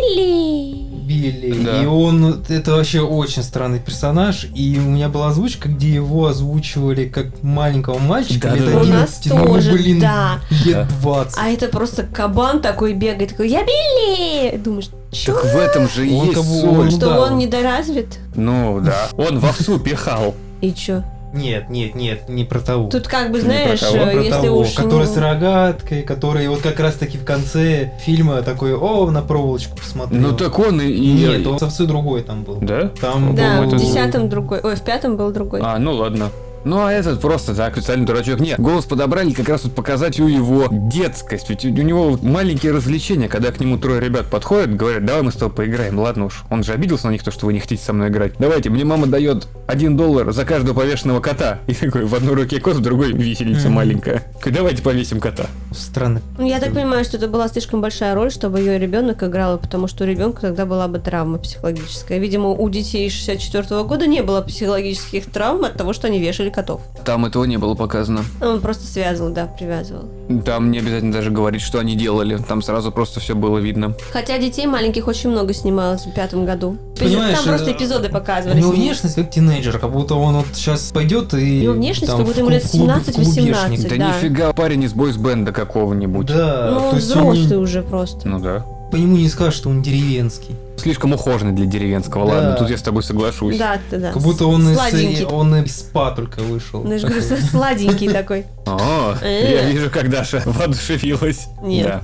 Билли! Билли. Да. И он, это вообще очень странный персонаж. И у меня была озвучка, где его озвучивали как маленького мальчика, Да, лет да, да. У нас одиннадцати, ну, тоже, блин, да. лет Да. двадцать. А это просто кабан такой бегает, такой, я Билли! Думаешь, чё? Так в этом же и Он есть кого- соль. он- Что да, он он- недоразвит? Ну да. Он вовсю пихал. И чё? Нет, нет, нет, не про того. Тут как бы, Не знаешь, про того, э, Про если того, уж... который ну, с рогаткой, который вот как раз таки в конце фильма такой, о, на проволочку посмотрел. Ну так он и... и- Нет, он совсем другой там был. Да? Там Да, был... в это- десятом другой. Ой, в пятом был другой. А, ну ладно. Ну а этот просто так, специальный дурачок. Нет, голос подобрали как раз вот показать всю его детскость. Ведь у у него вот маленькие развлечения, когда к нему трое ребят подходят, говорят, давай мы с тобой поиграем. Ладно уж, он же обиделся на них, то, что вы не хотите со мной играть. Давайте, мне мама дает один доллар за каждого повешенного кота. И такой, в одной руке кот, в другой висельница Мгм. маленькая. Давайте повесим кота. Странный. Ну, я так понимаю, что это была слишком большая роль, чтобы ее ребенок играл, потому что у ребенка тогда была бы травма психологическая. Видимо, у детей шестьдесят четвёртого года не было психологических травм от того, что они вешали котов. Там этого не было показано. Он просто связывал, да, привязывал. Там не обязательно даже говорить, что они делали. Там сразу просто все было видно. Хотя детей маленьких очень много снималось в пятом году. Понимаешь, Там просто э, эпизоды У показывали. него внешность как тинейджер, как будто он вот сейчас пойдет и... У него внешность, там как будто в ему лет клуб- семнадцать-восемнадцать. клубешник. Да, Да. нифига, парень из бойсбенда какого-нибудь. Да, Ну, то есть взрослый он, уже просто. Ну да. по нему не скажешь, что он деревенский. Слишком ухоженный для деревенского, Да. ладно, тут я с тобой соглашусь. Да, да, да. Как будто он из, Сладенький. он из спа только вышел. Ну, я же говорю, сладенький такой. О, Э. я вижу, как Даша воодушевилась. Нет.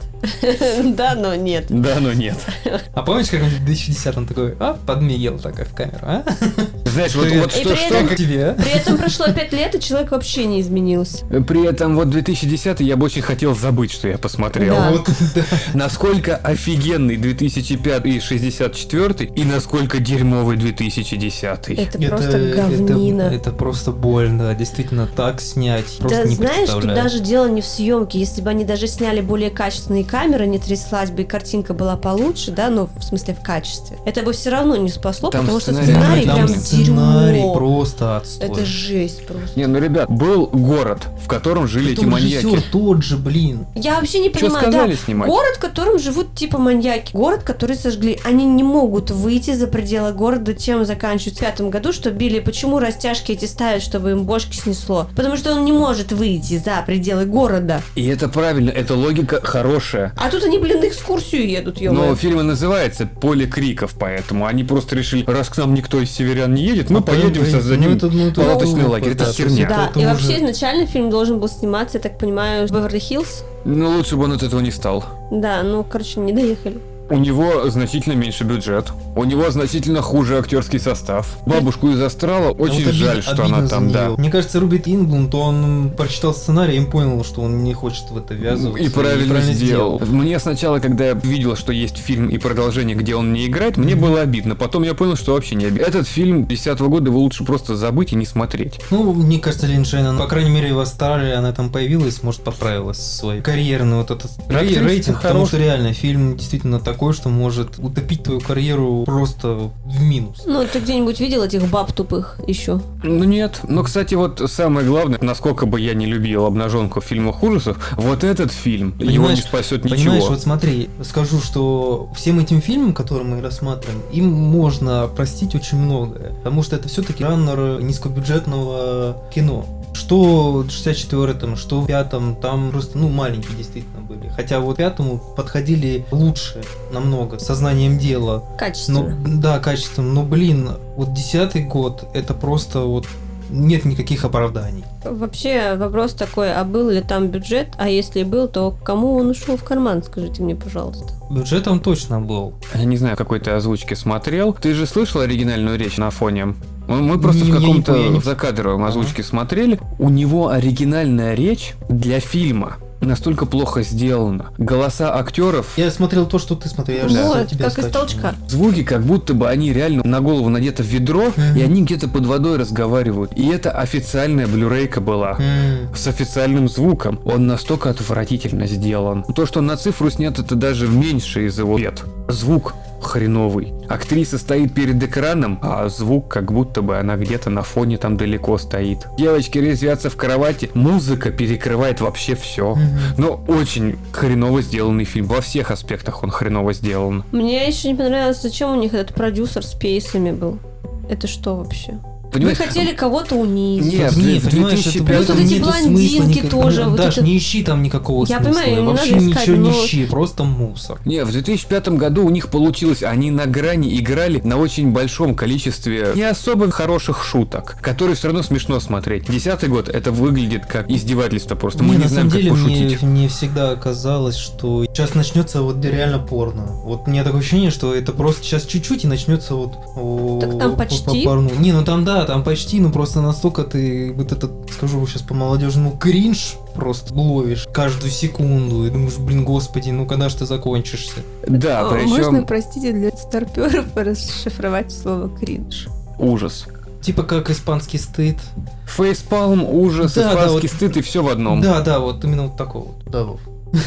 Да, но нет. Да, да, но нет. А помнишь, как он в две тысячи десятом такой, а, подмигил такой в камеру, а? Знаешь, вот, Привет. вот И что, при что... этом- Как тебе, а? При этом прошло пять лет, и человек вообще не изменился. При этом вот две тысячи десятый я бы очень хотел забыть, что я посмотрел. Да. Вот, да. Насколько офигенный две тысячи пятый и шестьдесят четвёртый и насколько дерьмовый две тысячи десятый. Это просто говнина. Это, это просто больно, действительно, так снять. Просто Да не знаешь, что представляю. даже дело не в съемке. Если бы они даже сняли более качественные камеры, не тряслась бы и картинка была получше, да, ну, в смысле, в качестве. Это бы все равно не спасло, Там потому что сценарий сценарий Там прям сценарий дерьмо. просто отстой. Это жесть просто. Не, ну, ребят, был город, в котором жили эти Притом маньяки. режиссер тот же, блин. Я вообще не Что понимаю, сказали да, снимать? город, в котором живут типа маньяки, город, который сожгли, они не могут выйти за пределы города, чем заканчивают в пятом году, что Билли, почему растяжки эти ставят, чтобы им бошки снесло? Потому что он не может выйти за пределы города. И это правильно, эта логика хорошая. А тут они, блин, на экскурсию едут, ё Но фильм и называется «Поле криков», поэтому они просто решили, раз к нам никто из северян не едет, мы А поедем, блин, создадим ну это- ну это палаточный глупо, лагерь. Это да, херня. Да, Это и уже- вообще изначально фильм должен был сниматься, я так понимаю, в Беверли-Хиллз. Но лучше бы он от этого не стал. Да, ну, короче, не доехали. У него значительно меньше бюджет. У него значительно хуже актерский состав. Бабушку из Астрала очень А вот жаль, обидно- что обидно она за там, да. неё. Мне кажется, Рубит Инглунд, он прочитал сценарий и понял, что он не хочет в это ввязываться. И правильно сделал. Мне сначала, когда я видел, что есть фильм и продолжение, где он не играет, мне было обидно. Потом я понял, что вообще не обидно. Этот фильм десятого года его лучше просто забыть и не смотреть. Ну, мне кажется, Лин Шейнон, по крайней мере, в Австралии она там появилась, может, поправилась свой карьерный вот этот рей- Актриса рейтинг, потому хорошая. что реально фильм действительно такой, что может утопить твою карьеру просто в минус. Ну, ты где-нибудь видел этих баб тупых еще? Ну нет. Но, кстати, вот самое главное, насколько бы я не любил обнаженку в фильмах ужасов, вот этот фильм, его не Понимаешь- спасет Понимаешь, ничего. вот смотри, скажу, что всем этим фильмам, которые мы рассматриваем, им можно простить очень многое, потому что это все-таки жанр низкобюджетного кино. Что в шестьдесят четвёртом, что в пятом, там просто, ну, маленькие действительно были. Хотя вот пятому подходили лучше намного, сознанием дела. Ну, Качественно. да, качественно. Но, блин, вот десятый год, это просто вот нет никаких оправданий. Вообще вопрос такой, а был ли там бюджет? А если и был, то кому он ушел в карман, скажите мне, пожалуйста. Бюджет там точно был. Я не знаю, какой ты озвучки смотрел. Ты же слышал оригинальную речь на фоне? Мы мы просто Не, в я не каком-то понял, я не- закадровом Ага. озвучке смотрели. У него оригинальная речь для фильма настолько плохо сделана. Голоса актеров, Я смотрел то, что ты смотрел. Я же Вот, за тебя как из скачивал. толчка. звуки, как будто бы они реально на голову надето в ведро, Мгм. и они где-то под водой разговаривают. И это официальная блюрейка была. М. С официальным звуком. Он настолько отвратительно сделан. То, что на цифру снят, это даже меньше из его бед. Звук хреновый. Актриса стоит перед экраном, а звук как будто бы она где-то на фоне там далеко стоит. Девочки резвятся в кровати, музыка перекрывает вообще все. Мгм. Но очень хреново сделанный фильм. Во всех аспектах он хреново сделан. Мне еще не понравилось, зачем у них этот продюсер с пейсами был. Это что вообще? Понимаешь, Вы хотели кого-то унизить. Нет, в Нет, две- понимаешь, две тысячи это пятом Вот эти нету блондинки смысла никак- тоже, Да, вот Даш, это- не ищи там никакого Я смысла. понимаю, не Вообще надо ничего искать, не но- ищи, просто мусор. Не, в две тысячи пятом году у них получилось, они на грани играли на очень большом количестве не особо хороших шуток, которые все равно смешно смотреть. Десятый год, это выглядит как издевательство просто, мы Не, не на знаем, самом как деле, пошутить. мне, мне всегда казалось, что сейчас начнется вот реально порно. Вот у меня такое ощущение, что это просто сейчас чуть-чуть и начнется вот... о, Так там по- почти. по порну. Не, ну там да, там почти, ну просто настолько ты вот этот, скажу сейчас по-молодежному, кринж просто ловишь каждую секунду и думаешь, блин, господи, ну когда ж ты закончишься? Да, О, Можно, причем простите, для старперов расшифровать слово кринж. ужас. Типа как испанский стыд. Фейспалм, ужас, Да, да, испанский вот- стыд и все в одном. Да, да, вот именно вот такого вот. Да, Вов.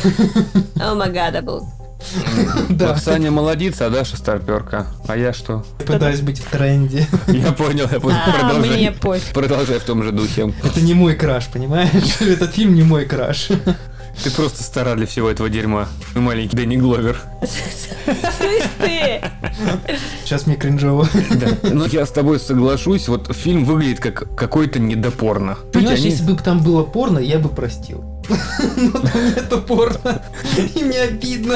О май гад, был. Да. Вот Саня молодец, а Даша старперка. А я что? Я пытаюсь быть в тренде. Я понял, я понял. А, мне Продолжай. пофиг. Продолжай в том же духе. Это не мой краш, понимаешь? Этот фильм не мой краш. Ты просто стара для всего этого дерьма. Маленький Дэнни Гловер. Слышь ты! Сейчас мне кринжово. Да. Но я с тобой соглашусь, вот фильм выглядит как какой-то недопорно. Понимаешь, Они- если бы там было порно, я бы простил. Но там нету порно. И мне обидно.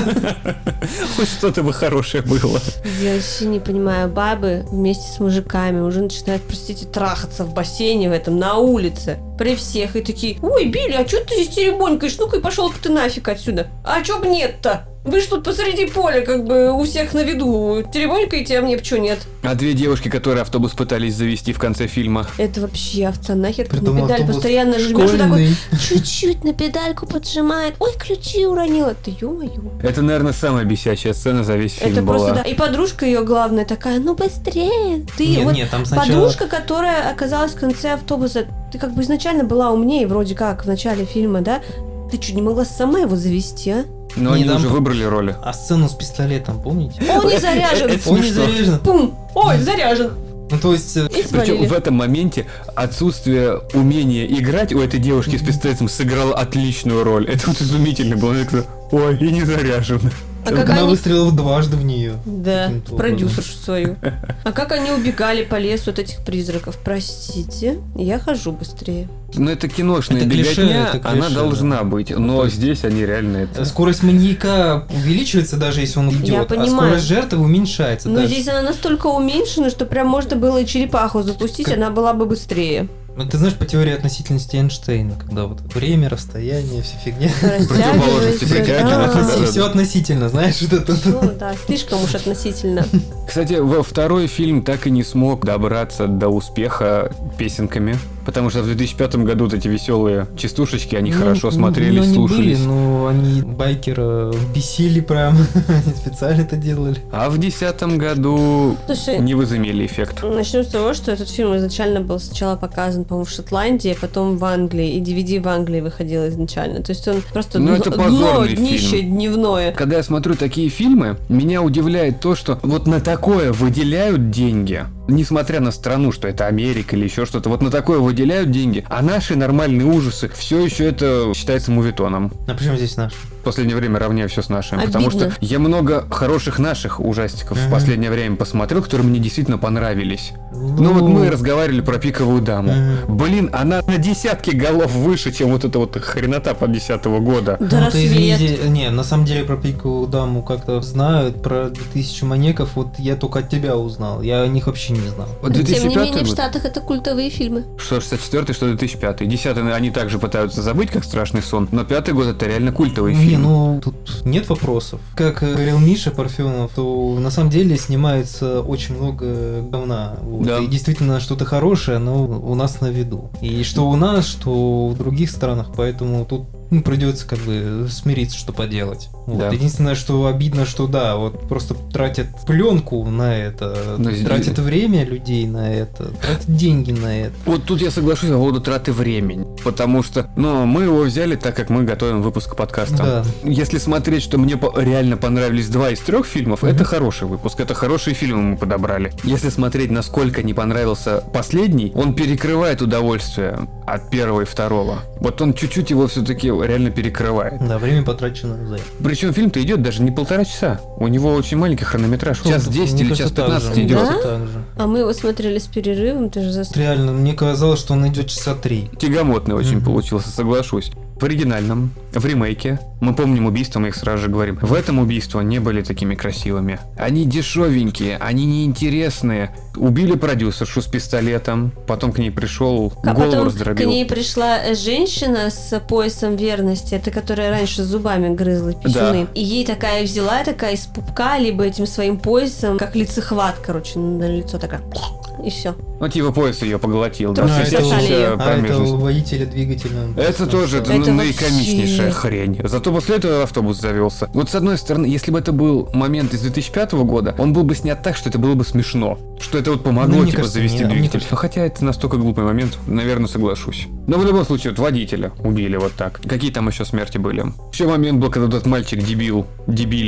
Хоть что-то бы хорошее было. Я вообще не понимаю, бабы вместе с мужиками уже начинают, простите, трахаться в бассейне в этом, на улице, при всех, и такие: ой, Билли, а чё ты здесь теребонькаешь? Ну-ка, пошел-ка ты нафиг отсюда. А чё б нет-то? Вы ж тут посреди поля, как бы у всех на виду. Теребонькаете, а мне чё нет? А две девушки, которые автобус пытались завести в конце фильма. Это вообще овца нахер, как Притом на педаль автобус постоянно жмешь, и такой школьный. чуть-чуть на педальку поджимает. Ой, ключи уронила. Ты ё-моё. Это, наверное, самая бесящая сцена за весь фильм Это была. просто, да. И подружка ее главная такая: ну быстрее. Ты Нет, вот нет, там сначала... подружка, которая оказалась в конце автобуса, ты как бы изначально была умнее, вроде как, в начале фильма, да? Ты что, не могла сама его завести, а? Но Не, они там- уже выбрали роли. А сцену с пистолетом, помните? Он не заряжен. Это Он не смешно. заряжен. Пум! Ой, заряжен. Ну, то есть... э, И Причем свалили. в этом моменте отсутствие умения играть у этой девушки с пистолетом сыграло отличную роль. Это вот изумительно было. Я такой: ой, и не заряжен. А как Она они... выстрелила дважды в нее. Да, Каким-то в продюсершу свою. А как они убегали по лесу от этих призраков? Простите, я хожу быстрее. Ну, это киношная Это клише, беготня, это она клише, должна быть. Но то есть- здесь они реально это... Скорость маньяка увеличивается, даже если он идет, а понимаю. скорость жертвы уменьшается. Но да. здесь она настолько уменьшена, что прям можно было и черепаху запустить, Как- она была бы быстрее. Ну, ты знаешь по теории относительности Эйнштейна, когда вот время, расстояние, вся фигня. Противоположности притягиваются, Да. да, да. Все относительно, знаешь, вот это. Ну да, слишком уж относительно. Кстати, во второй фильм так и не смог добраться до успеха песенками, потому что в две тысячи пятом году вот эти веселые частушечки, они Ну, хорошо ну, смотрелись, они слушались. были, но они байкера бесили прям, они специально это делали. А в десятом году Слушай, не возымели эффект. начнем с того, что этот фильм изначально был сначала показан, по-моему, в Шотландии, а потом в Англии, и ди ви ди в Англии выходил изначально. То есть он просто Ну, дно, это дно, позорный днище фильм. дневное. Когда я смотрю такие фильмы, меня удивляет то, что вот на такое выделяют деньги, несмотря на страну, что это Америка или еще что-то, вот на такое выделяют деньги, а наши нормальные ужасы все еще это считается мувитоном. А почему здесь наш? В последнее время равняю все с нашими, потому Обидно. что я много хороших наших ужастиков в Мгм. последнее время посмотрел, которые мне действительно понравились. Ну вот мы разговаривали про Пиковую даму. Мгм. Блин, она на десятки голов выше, чем вот эта вот хренота по десятого года. До Ну, ты рассвет. извините, не, на самом деле про Пиковую даму как-то знают, про тысячу маньяков, вот я только от тебя узнал, я о них вообще не знал. Вот Тем не 2005 менее, в год. Штатах это культовые фильмы. Что шестьдесят четвёртый, что две тысячи пятый. десятый они также пытаются забыть, как страшный сон, но пятый год это реально культовый Не, фильм. ну тут нет вопросов. Как э, говорил Миша Парфенов, то на самом деле снимается очень много говна. Вот. Да. И действительно что-то хорошее, но у нас на виду. И что у нас, что в других странах, поэтому тут ну, придется как бы смириться, что поделать. Вот. Да. Единственное, что обидно, что да, вот просто тратят пленку на это, Но здесь- тратят время людей на это, тратят деньги на это. Вот тут я соглашусь по поводу траты времени, потому что, ну, мы его взяли, так как мы готовим выпуск подкаста. Да. Если смотреть, что мне по- реально понравились два из трех фильмов, Мгм. это хороший выпуск, это хорошие фильмы мы подобрали. Если смотреть, насколько не понравился последний, он перекрывает удовольствие от первого и второго. Вот он чуть-чуть его все-таки реально перекрывает. Да, время потрачено зря. Причем фильм-то идет даже не полтора часа. У него очень маленький хронометраж. Час Мне десять или кажется, час так пятнадцать же. идет. Да? Так же. А мы его смотрели с перерывом, ты же Вот застрял. реально, мне казалось, что он идет часа три. Тягомотный очень Мгм. получился, соглашусь. В оригинальном, в ремейке, мы помним убийства, мы их сразу же говорим. В этом убийства не были такими красивыми. Они дешевенькие, они неинтересные. Убили продюсершу с пистолетом, потом к ней пришел, А голову потом раздробил. к ней пришла женщина с поясом верности, это которая раньше зубами грызла писюны. И ей такая взяла, такая из пупка, либо этим своим поясом, как лицехват, короче, на лицо такая. И все. Ну, типа пояс ее поглотил, да, Трусы вся- сосали вся её. А это промежность. у водителя двигателя. Это тоже это, Это ну, вообще- наикомичнейшая хрень. Зато после этого автобус завелся. Вот с одной стороны, если бы это был момент из две тысячи пятого года, он был бы снят так, что это было бы смешно. Что это вот помогло, Ну, мне типа, кажется, завести не- мне двигатель. кажется- Ну, хотя это настолько глупый момент, наверное, соглашусь. Но в любом случае, вот водителя убили вот так. Какие там еще смерти были? Еще момент был, когда этот мальчик дебил, дебили,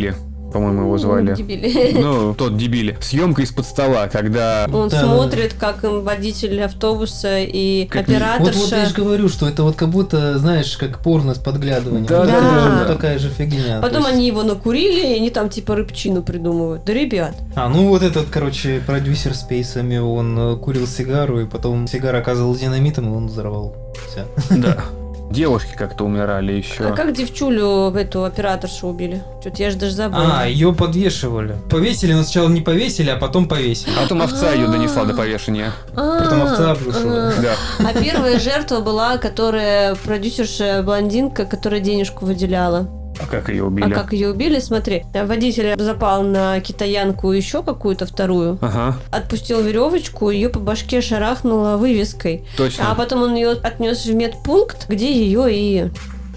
по-моему, его звали. Дебили. Ну, тот дебили. Съемка из-под стола, когда... Он Да. смотрит, как им водитель автобуса и Как- операторша. Вот, вот я же говорю, что это вот как будто, знаешь, как порно с подглядыванием. Да, Вот да, это да, вот да. такая же фигня. Потом То есть- они его накурили, и они там типа рыбчину придумывают. Да, ребят. А, ну вот этот, короче, продюсер с пейсами, он э, курил сигару, и потом сигара оказалась динамитом, и он взорвал. Все. Да. Девушки как-то умирали еще. А как девчулю в эту операторшу убили? Что-то я же даже забыла. А, ее подвешивали. Повесили, но сначала не повесили, а потом повесили. А потом овца ее донесла до повешения. Притом овца обрушила. а. Да. А первая жертва была, которая продюсерша блондинка, которая денежку выделяла. А как ее А убили? как ее убили, смотри. Водитель запал на китаянку еще какую-то вторую, Ага, отпустил веревочку, ее по башке шарахнуло вывеской. точно. А потом он ее отнес в медпункт, где ее и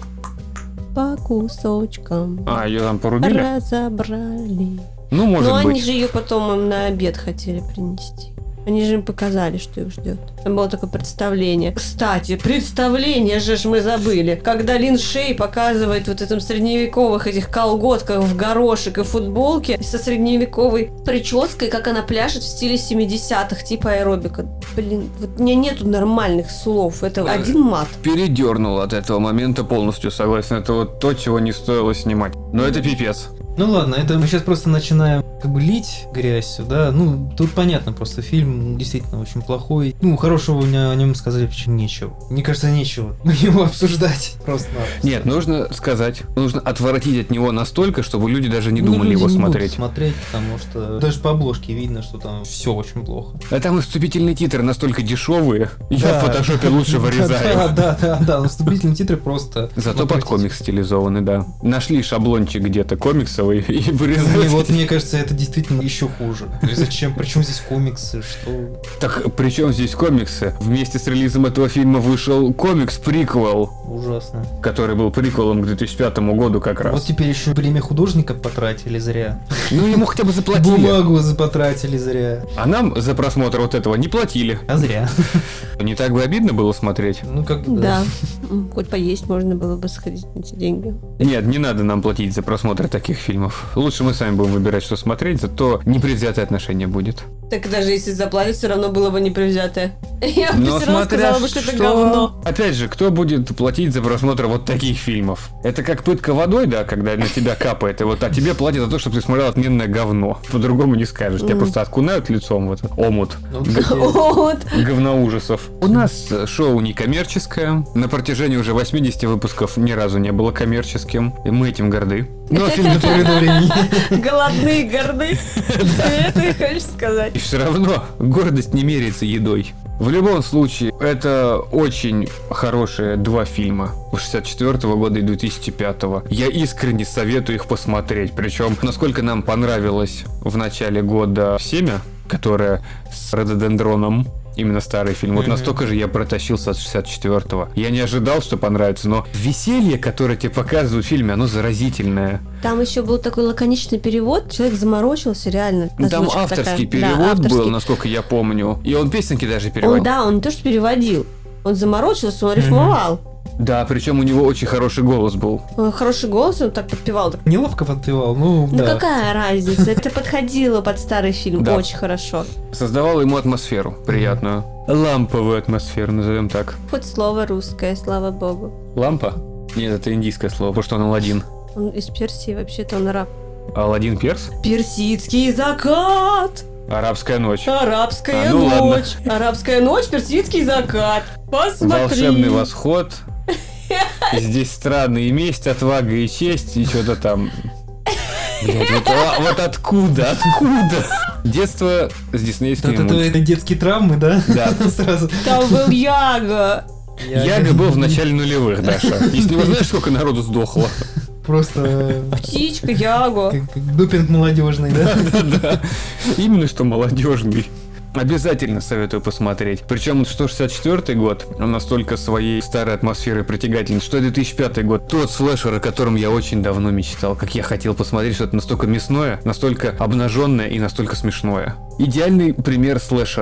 по кусочкам А, ее там порубили? разобрали. Ну, может Но они быть. же ее потом им на обед хотели принести. Они же им показали, что их ждет. Там было такое представление. Кстати, представление же ж мы забыли. Когда Лин Шей показывает вот этом средневековых этих колготках в горошек и футболке со средневековой прической, как она пляшет в стиле семидесятых, типа аэробика. Блин, вот у меня нету нормальных слов. Это один мат. Передернул от этого момента полностью, согласен. Это вот то, чего не стоило снимать. Но это пипец. Ну ладно, это мы сейчас просто начинаем как бы лить грязь сюда. Ну, тут понятно, просто фильм действительно очень плохой. Ну, хорошего у меня о нем сказали почти нечего. Мне кажется, нечего его обсуждать. Просто. Нет, нужно сказать, нужно отворотить от него настолько, чтобы люди даже не Ну, думали люди его не будут смотреть. смотреть, потому что даже по обложке видно, что там все очень плохо. А там и вступительные титры настолько дешевые, я Да. в фотошопе лучше Да, вырезаю. да, да, да, наступительные титры просто. Зато под смотрите. комикс стилизованы, да. Нашли шаблончик где-то комиксовый и Мне вырезали. вот мне кажется, это действительно еще хуже. То есть зачем? Причем здесь комиксы? Что? Так при чем здесь комиксы? Вместе с релизом этого фильма вышел комикс-приквел, Ужасно. который был приквелом к две тысячи пятому году как Вот раз. теперь еще время художника потратили зря. Ну ему хотя бы заплатили. Бумагу запотратили зря. А нам за просмотр вот этого не платили. А зря. Не так бы обидно было смотреть? Ну как бы Да. М, Хоть поесть можно было бы сходить на эти деньги. Нет, не надо нам платить за просмотр таких фильмов. Лучше мы сами будем выбирать, что смотреть, зато непредвзятое отношение будет. Так даже если заплатить, все равно было бы непревзятое. Я бы Но все равно смотря сказала бы, что это говно. Опять же, кто будет платить за просмотр вот таких фильмов? Это как пытка водой, да, когда на тебя капает, и вот, а тебе платят за то, чтобы ты смотрел отменное говно. По-другому не скажешь. Тебя Мгм. просто окунают лицом в этот омут Ну, г- кстати, Вот. говноужасов. У нас э, шоу некоммерческое. На протяжении уже восьмидесяти выпусков ни разу не было коммерческим. И мы этим горды. Но фильм до поры до времени. Голодные, горды. Это и хочешь сказать. И все равно гордость не меряется едой. В любом случае, это очень хорошие два фильма. шестьдесят четвёртого года и две тысячи пятого. Я искренне советую их посмотреть. Причем, насколько нам понравилось в начале года «Семя», которое с рододендроном, именно старый фильм. Вот Мгм. настолько же я протащился от шестьдесят четвёртого. Я не ожидал, что понравится, но веселье, которое тебе показывают в фильме, оно заразительное. Там еще был такой лаконичный перевод. Человек заморочился, реально. Ну, там Озвучка авторский такая. Да, перевод был, авторский. насколько я помню. И он песенки даже перевел. Он, да, он не то, что переводил. Он заморочился, он рифмовал. Да, причем у него очень хороший голос был. Он хороший голос, он так подпевал. Так, Неловко подпевал, ну ну да. какая разница? Это подходило под старый фильм Да. очень хорошо. Создавал ему атмосферу приятную. Ламповую атмосферу, назовем так. Хоть слово русское, слава богу. Лампа? Нет, это индийское слово, потому что он Аладдин. Он из Персии, вообще-то он араб. Аладдин перс? Персидский закат, Арабская ночь. арабская А, ну ладно. ночь, арабская ночь, персидский закат. Посмотри. Волшебный восход. Здесь странные месть, отвага и честь, и что-то там. Блядь, вот, а, вот откуда? Откуда? Детство с диснеевскими Это, это, мультиками. это детские травмы, да? Да. Сразу. Там был Яга. Яга был в начале нулевых, Даша. Из него знаешь, сколько народу сдохло? Просто Птичка, Яго. как, как допинг молодежный, да? Да, именно что молодежный. Обязательно советую посмотреть. Причем, что шестьдесят четвёртый год, он настолько своей старой атмосферой притягателен, что две тысячи пятый год, тот слэшер, о котором я очень давно мечтал, как я хотел посмотреть что-то настолько мясное, настолько обнаженное и настолько смешное. Идеальный пример слэшера.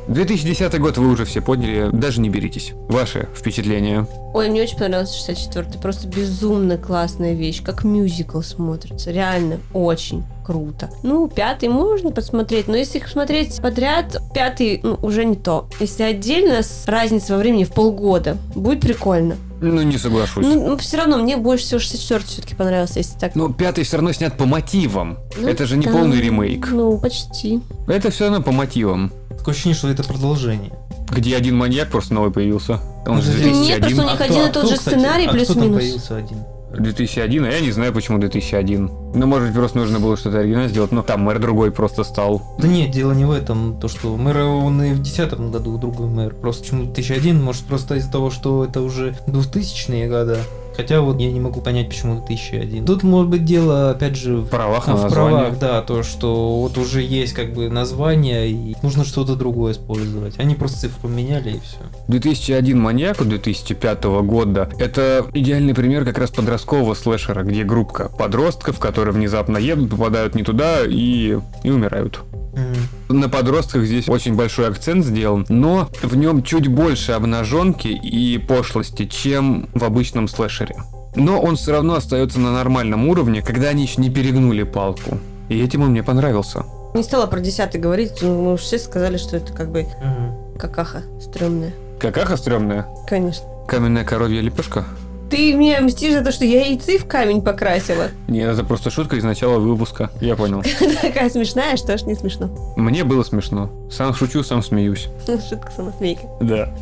две тысячи десятый год вы уже все поняли, даже не беритесь. Ваши впечатления? Ой, мне очень понравился шестьдесят четвёртый. Просто безумно классная вещь. Как мюзикл смотрится. Реально очень круто. Ну, пятый можно посмотреть, но если их смотреть подряд, пятый ну, уже не то. Если отдельно с разницей во времени в полгода, будет прикольно. Ну, не соглашусь. Ну, ну все равно мне больше всего шестьдесят четвёртый все-таки понравился, если так. Но пятый все равно снят по мотивам. Ну, это же не да, полный ремейк. Ну, почти. Это все равно по мотивам. Такое ощущение, что это продолжение. Где один маньяк просто новый появился. Он же Нет, две тысячи Нет, один. просто у них один и тот же кстати, сценарий а кто там плюс-минус. появился один? две тысячи один, а я не знаю, почему две тысячи один. Ну, может быть, просто нужно было что-то оригинальное сделать, но там мэр другой просто стал. Да нет, дело не в этом. То, что мэр, он и в десятом году другой мэр. Просто почему две тысячи один, может, просто из-за того, что это уже двухтысячные года. Хотя вот я не могу понять, почему две тысячи один. Тут может быть дело, опять же, в В правах а, на в название. правах, да, то, что вот уже есть как бы название, и нужно что-то другое использовать. Они просто цифру поменяли, и все. две тысячи один маньяк две тысячи пятого года — это идеальный пример как раз подросткового слэшера, где группа подростков, которые внезапно едут, попадают не туда и, и умирают. На подростках здесь очень большой акцент сделан, но в нем чуть больше обнаженки и пошлости, чем в обычном слэшере. Но он все равно остается на нормальном уровне, когда они еще не перегнули палку. И этим он мне понравился. Не стала про десятый говорить, ну, все сказали, что это как бы какаха стрёмная. Какаха стрёмная? Конечно. Каменная коровья лепешка? Ты меня мстишь за то, что я яйцы в камень покрасила. Нет, это просто шутка из начала выпуска. Я понял. Такая смешная, что ж не смешно. Мне было смешно. Сам шучу, сам смеюсь. Шутка самосмейка. Да.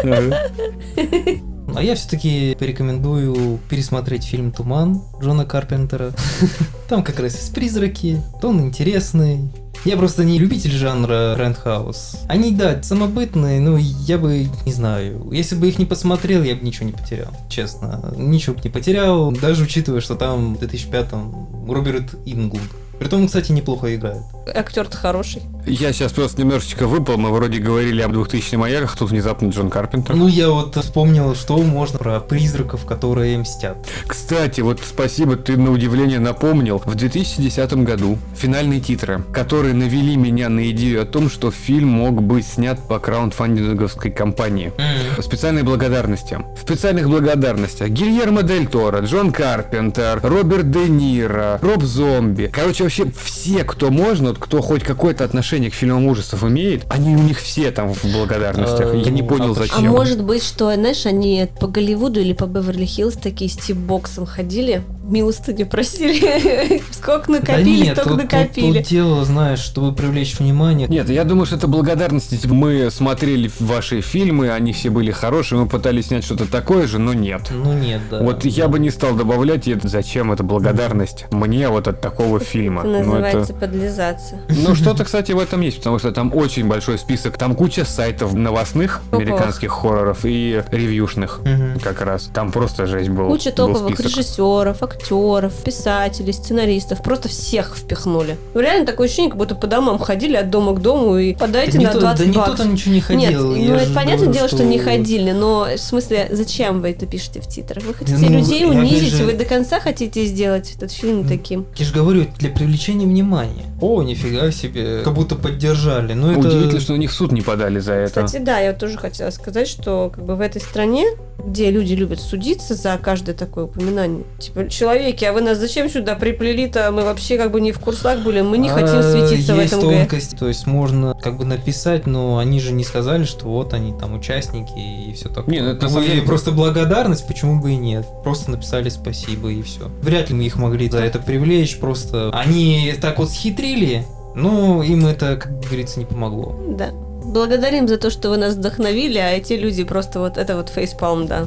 А я все-таки порекомендую пересмотреть фильм «Туман» Джона Карпентера. Там как раз есть призраки, он интересный. Я просто не любитель жанра грайндхаус. Они, да, самобытные, но я бы, не знаю, если бы их не посмотрел, я бы ничего не потерял, честно. Ничего бы не потерял, даже учитывая, что там в две тысячи пятом Роберт Инглд. Притом, кстати, неплохо играет. Актер-то хороший. Я сейчас просто немножечко выпал, мы вроде говорили об двухтысячных маньяках, тут внезапно Джон Карпентер. Ну, я вот вспомнил, что можно про призраков, которые мстят. Кстати, вот спасибо, ты на удивление напомнил. В две тысячи десятом году финальные титры, которые навели меня на идею о том, что фильм мог быть снят по краундфандинговской кампании. Mm. Специальные благодарности. В специальных благодарностях Гильермо Дель Торо, Джон Карпентер, Роберт Де Ниро, Роб Зомби. Короче, вообще все, кто можно, вот кто хоть какое-то отношение к фильмам ужасов имеет, они у них все там в благодарностях. Я не понял, А зачем. А может быть, что, знаешь, они по Голливуду или по Беверли-Хиллз такие с тип-боксом ходили, милостыню просили. Сколько накопили, Да нет, столько тут, накопили. Тут, тут дело, знаешь, чтобы привлечь внимание. Нет, я думаю, что это благодарность. Типа, мы смотрели ваши фильмы, они все были хорошие, мы пытались снять что-то такое же, но нет. Ну нет, да. Вот да. я бы не стал добавлять, и это зачем это благодарность мне вот от такого фильма. Это Ну, называется это- подлизаться. Ну, что-то, кстати, в этом есть, потому что там очень большой список. Там куча сайтов новостных, Топовых. американских хорроров и ревьюшных. Мгм. Как раз. Там просто жесть был. Куча был топовых список. режиссеров, актеров, писателей, сценаристов. Просто всех впихнули. Ну, реально такое ощущение, как будто по домам ходили от дома к дому и подайте Да на никто, двадцать да никто баксов. там ничего не ходил. Нет, я ну же это понятное говорю, дело, что... не ходили, но в смысле, зачем вы это пишете в титрах? Вы хотите Ну, людей и опять унизить, же- вы до конца хотите сделать этот фильм Ну, таким. Я же говорю, для привлечения внимания. О, нифига себе, как будто поддержали. Ну это... Удивительно, что у них в суд не подали за это. Кстати, да, я вот тоже хотела сказать, что как бы в этой стране, где люди любят судиться за каждое такое упоминание, типа, человеки, а вы нас зачем сюда приплели-то? Мы вообще как бы не в курсах были, мы не хотим А, светиться в есть этом гэ. тонкость, то есть можно как бы написать, но они же не сказали, что вот они там участники и все такое. Не, ну это на Как бы самом деле- просто благодарность, почему бы и нет. Просто написали спасибо и все. Вряд ли мы их могли за это привлечь, просто они так вот схитрили, но им это, как говорится, не помогло. Да. Благодарим за то, что вы нас вдохновили, а эти люди просто вот это вот фейспалм, да.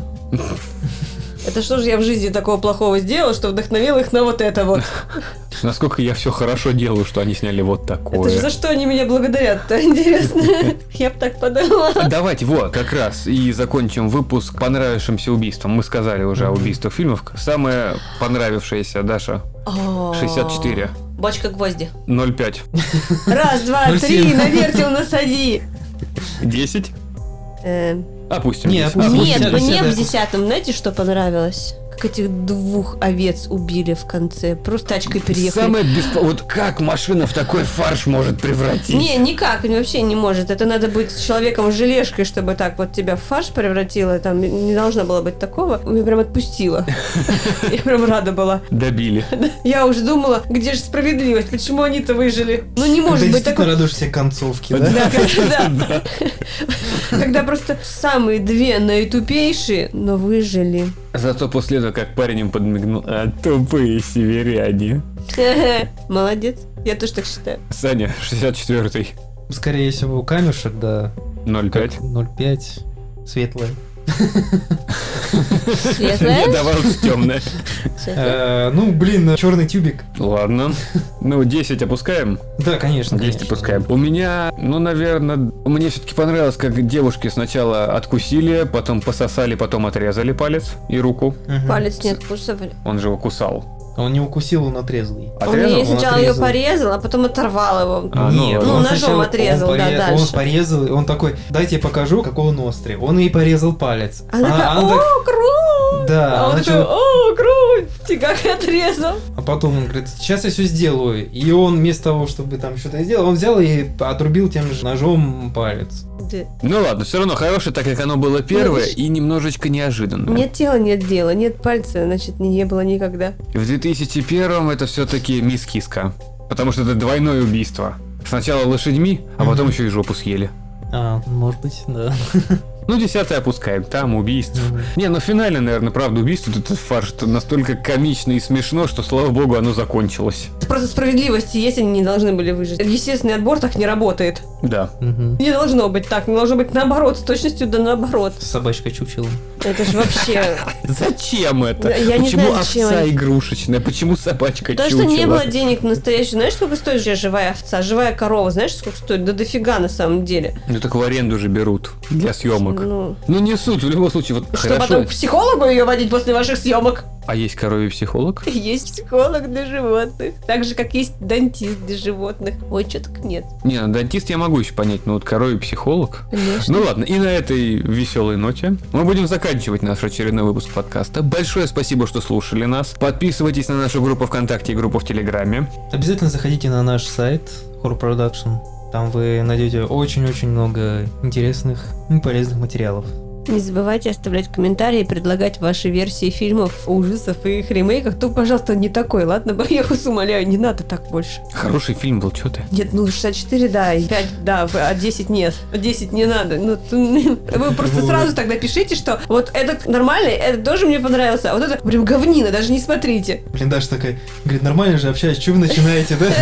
Это что же я в жизни такого плохого сделала, что вдохновила их на вот это вот? Насколько я все хорошо делаю, что они сняли вот такое. Это же за что они меня благодарят-то, интересно? Я бы так подумала. Давайте, вот, как раз и закончим выпуск понравившимся убийством. Мы сказали уже о убийствах фильмов. Самое понравившееся, Даша, шестьдесят четыре. Бочка гвозди. ноль пять. Раз, два, ноль три, семь. на вертел насади. десять. Эм, Опустим. Не, десять. опустим. Нет, десятый, мне в десятый. десятом, знаете, что понравилось? как этих двух овец убили в конце. Просто тачкой переехали. Самое бесп... Вот как машина в такой фарш может превратить? Не, никак, вообще не может. Это надо быть человеком с желешкой, чтобы так вот тебя в фарш превратило. Там не должно было быть такого. Меня прям отпустило. Я прям рада была. Добили. Я уже думала, где же справедливость? Почему они-то выжили? Ну не может быть такого. Ты такого. радуешься концовке, да? Да, когда, когда просто самые две наитупейшие, но выжили. Зато после этого, как парень им подмигнул, а тупые северяне. Молодец. Я тоже так считаю. Саня, шестьдесят четвёртый. Скорее всего, камешек, да. ноль пять. ноль пять. Светлое. Светлое? Я давал темное. Ну, блин, черный тюбик. Ладно. Ну, десять опускаем? Да, конечно. десять опускаем. У меня, ну, наверное, мне все-таки понравилось, как девушки сначала откусили, потом пососали, потом отрезали палец и руку. Палец не откусывали. Он же его кусал. Он не укусил, он отрезал. Он ей сначала ее порезал, а потом оторвал его. А, ну, Нет, ну он ножом сначала- отрезал, он да, поре- дальше. Он порезал, и он такой, дайте я покажу, какой он острый. Он ей порезал палец. Она такая, она о, так- круто! Да, А он она такой, начала- о, круть! Как отрезал. А потом он говорит, сейчас я все сделаю. И он вместо того, чтобы там что-то сделал, он взял и отрубил тем же ножом палец. Да. Ну ладно, все равно хорошее, так как оно было первое видишь? и немножечко неожиданное. Нет тела, нет дела, нет пальца, значит, не было никогда. В две тысячи первом это все-таки мисс Киска. Потому что это двойное убийство. Сначала лошадьми, а потом еще и жопу съели. А, может быть, да. Ну, десятое опускаем, там убийств. Не, ну финально, наверное, правда, убийство, этот фарш это настолько комично и смешно, что, слава богу, оно закончилось. Это просто справедливости есть, они не должны были выжить. Естественный отбор так не работает. Да. Мгм. Не должно быть так, не должно быть наоборот, с точностью да наоборот. С собачкой чучелом. Это же вообще... Зачем это? Я не Почему знаю, зачем овца они- игрушечная? Почему собачка Потому чучело? что не было денег на настоящую. Знаешь, сколько стоит сейчас живая овца? Живая корова, знаешь, сколько стоит? Да дофига на самом деле. Ну так в аренду же берут для съемок. Ну, Ну не суть, в любом случае, вот что хорошо. потом к психологу ее водить после ваших съемок? А есть коровий психолог? Есть психолог для животных. Так же, как есть дантист для животных. Ой, что так нет. Не, ну дантист я могу еще понять, но вот коровий психолог. Конечно. Ну ладно, и на этой веселой ноте мы будем заканчивать наш очередной выпуск подкаста. Большое спасибо, что слушали нас. Подписывайтесь на нашу группу ВКонтакте и группу в Телеграме. Обязательно заходите на наш сайт Horror Production. Там вы найдете очень-очень много интересных и полезных материалов. Не забывайте оставлять комментарии и предлагать ваши версии фильмов, ужасов и их ремейков. То, пожалуйста, не такой, ладно? Я вас умоляю, не надо так больше. Хороший фильм был, что ты? Нет, ну шестьдесят четыре, да, и пять, да, а десять нет. десять не надо. Ну, т- вы просто сразу тогда пишите, что вот этот нормальный, этот тоже мне понравился, а вот это прям говнина, даже не смотрите. Блин, Даша такая, говорит, нормально же общаюсь, что вы начинаете, да?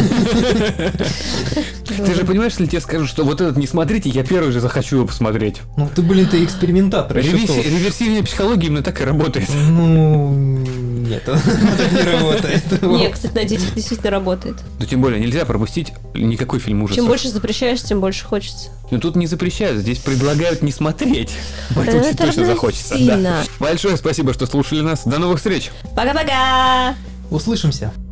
Ты же понимаешь, если тебе скажут, что вот этот не смотрите, я первый же захочу его посмотреть. Ну ты, блин, ты экспериментатор. еще Реверси- что? Реверсивная психология именно так и работает. Ну, нет, так не работает. Нет, кстати, на детях действительно работает. Но тем более нельзя пропустить никакой фильм ужасов. Чем больше запрещаешь, тем больше хочется. Но тут не запрещают, здесь предлагают не смотреть. Поэтому тебе Это точно захочется. Да. равносильно. Большое спасибо, что слушали нас. До новых встреч! Пока-пока! Услышимся.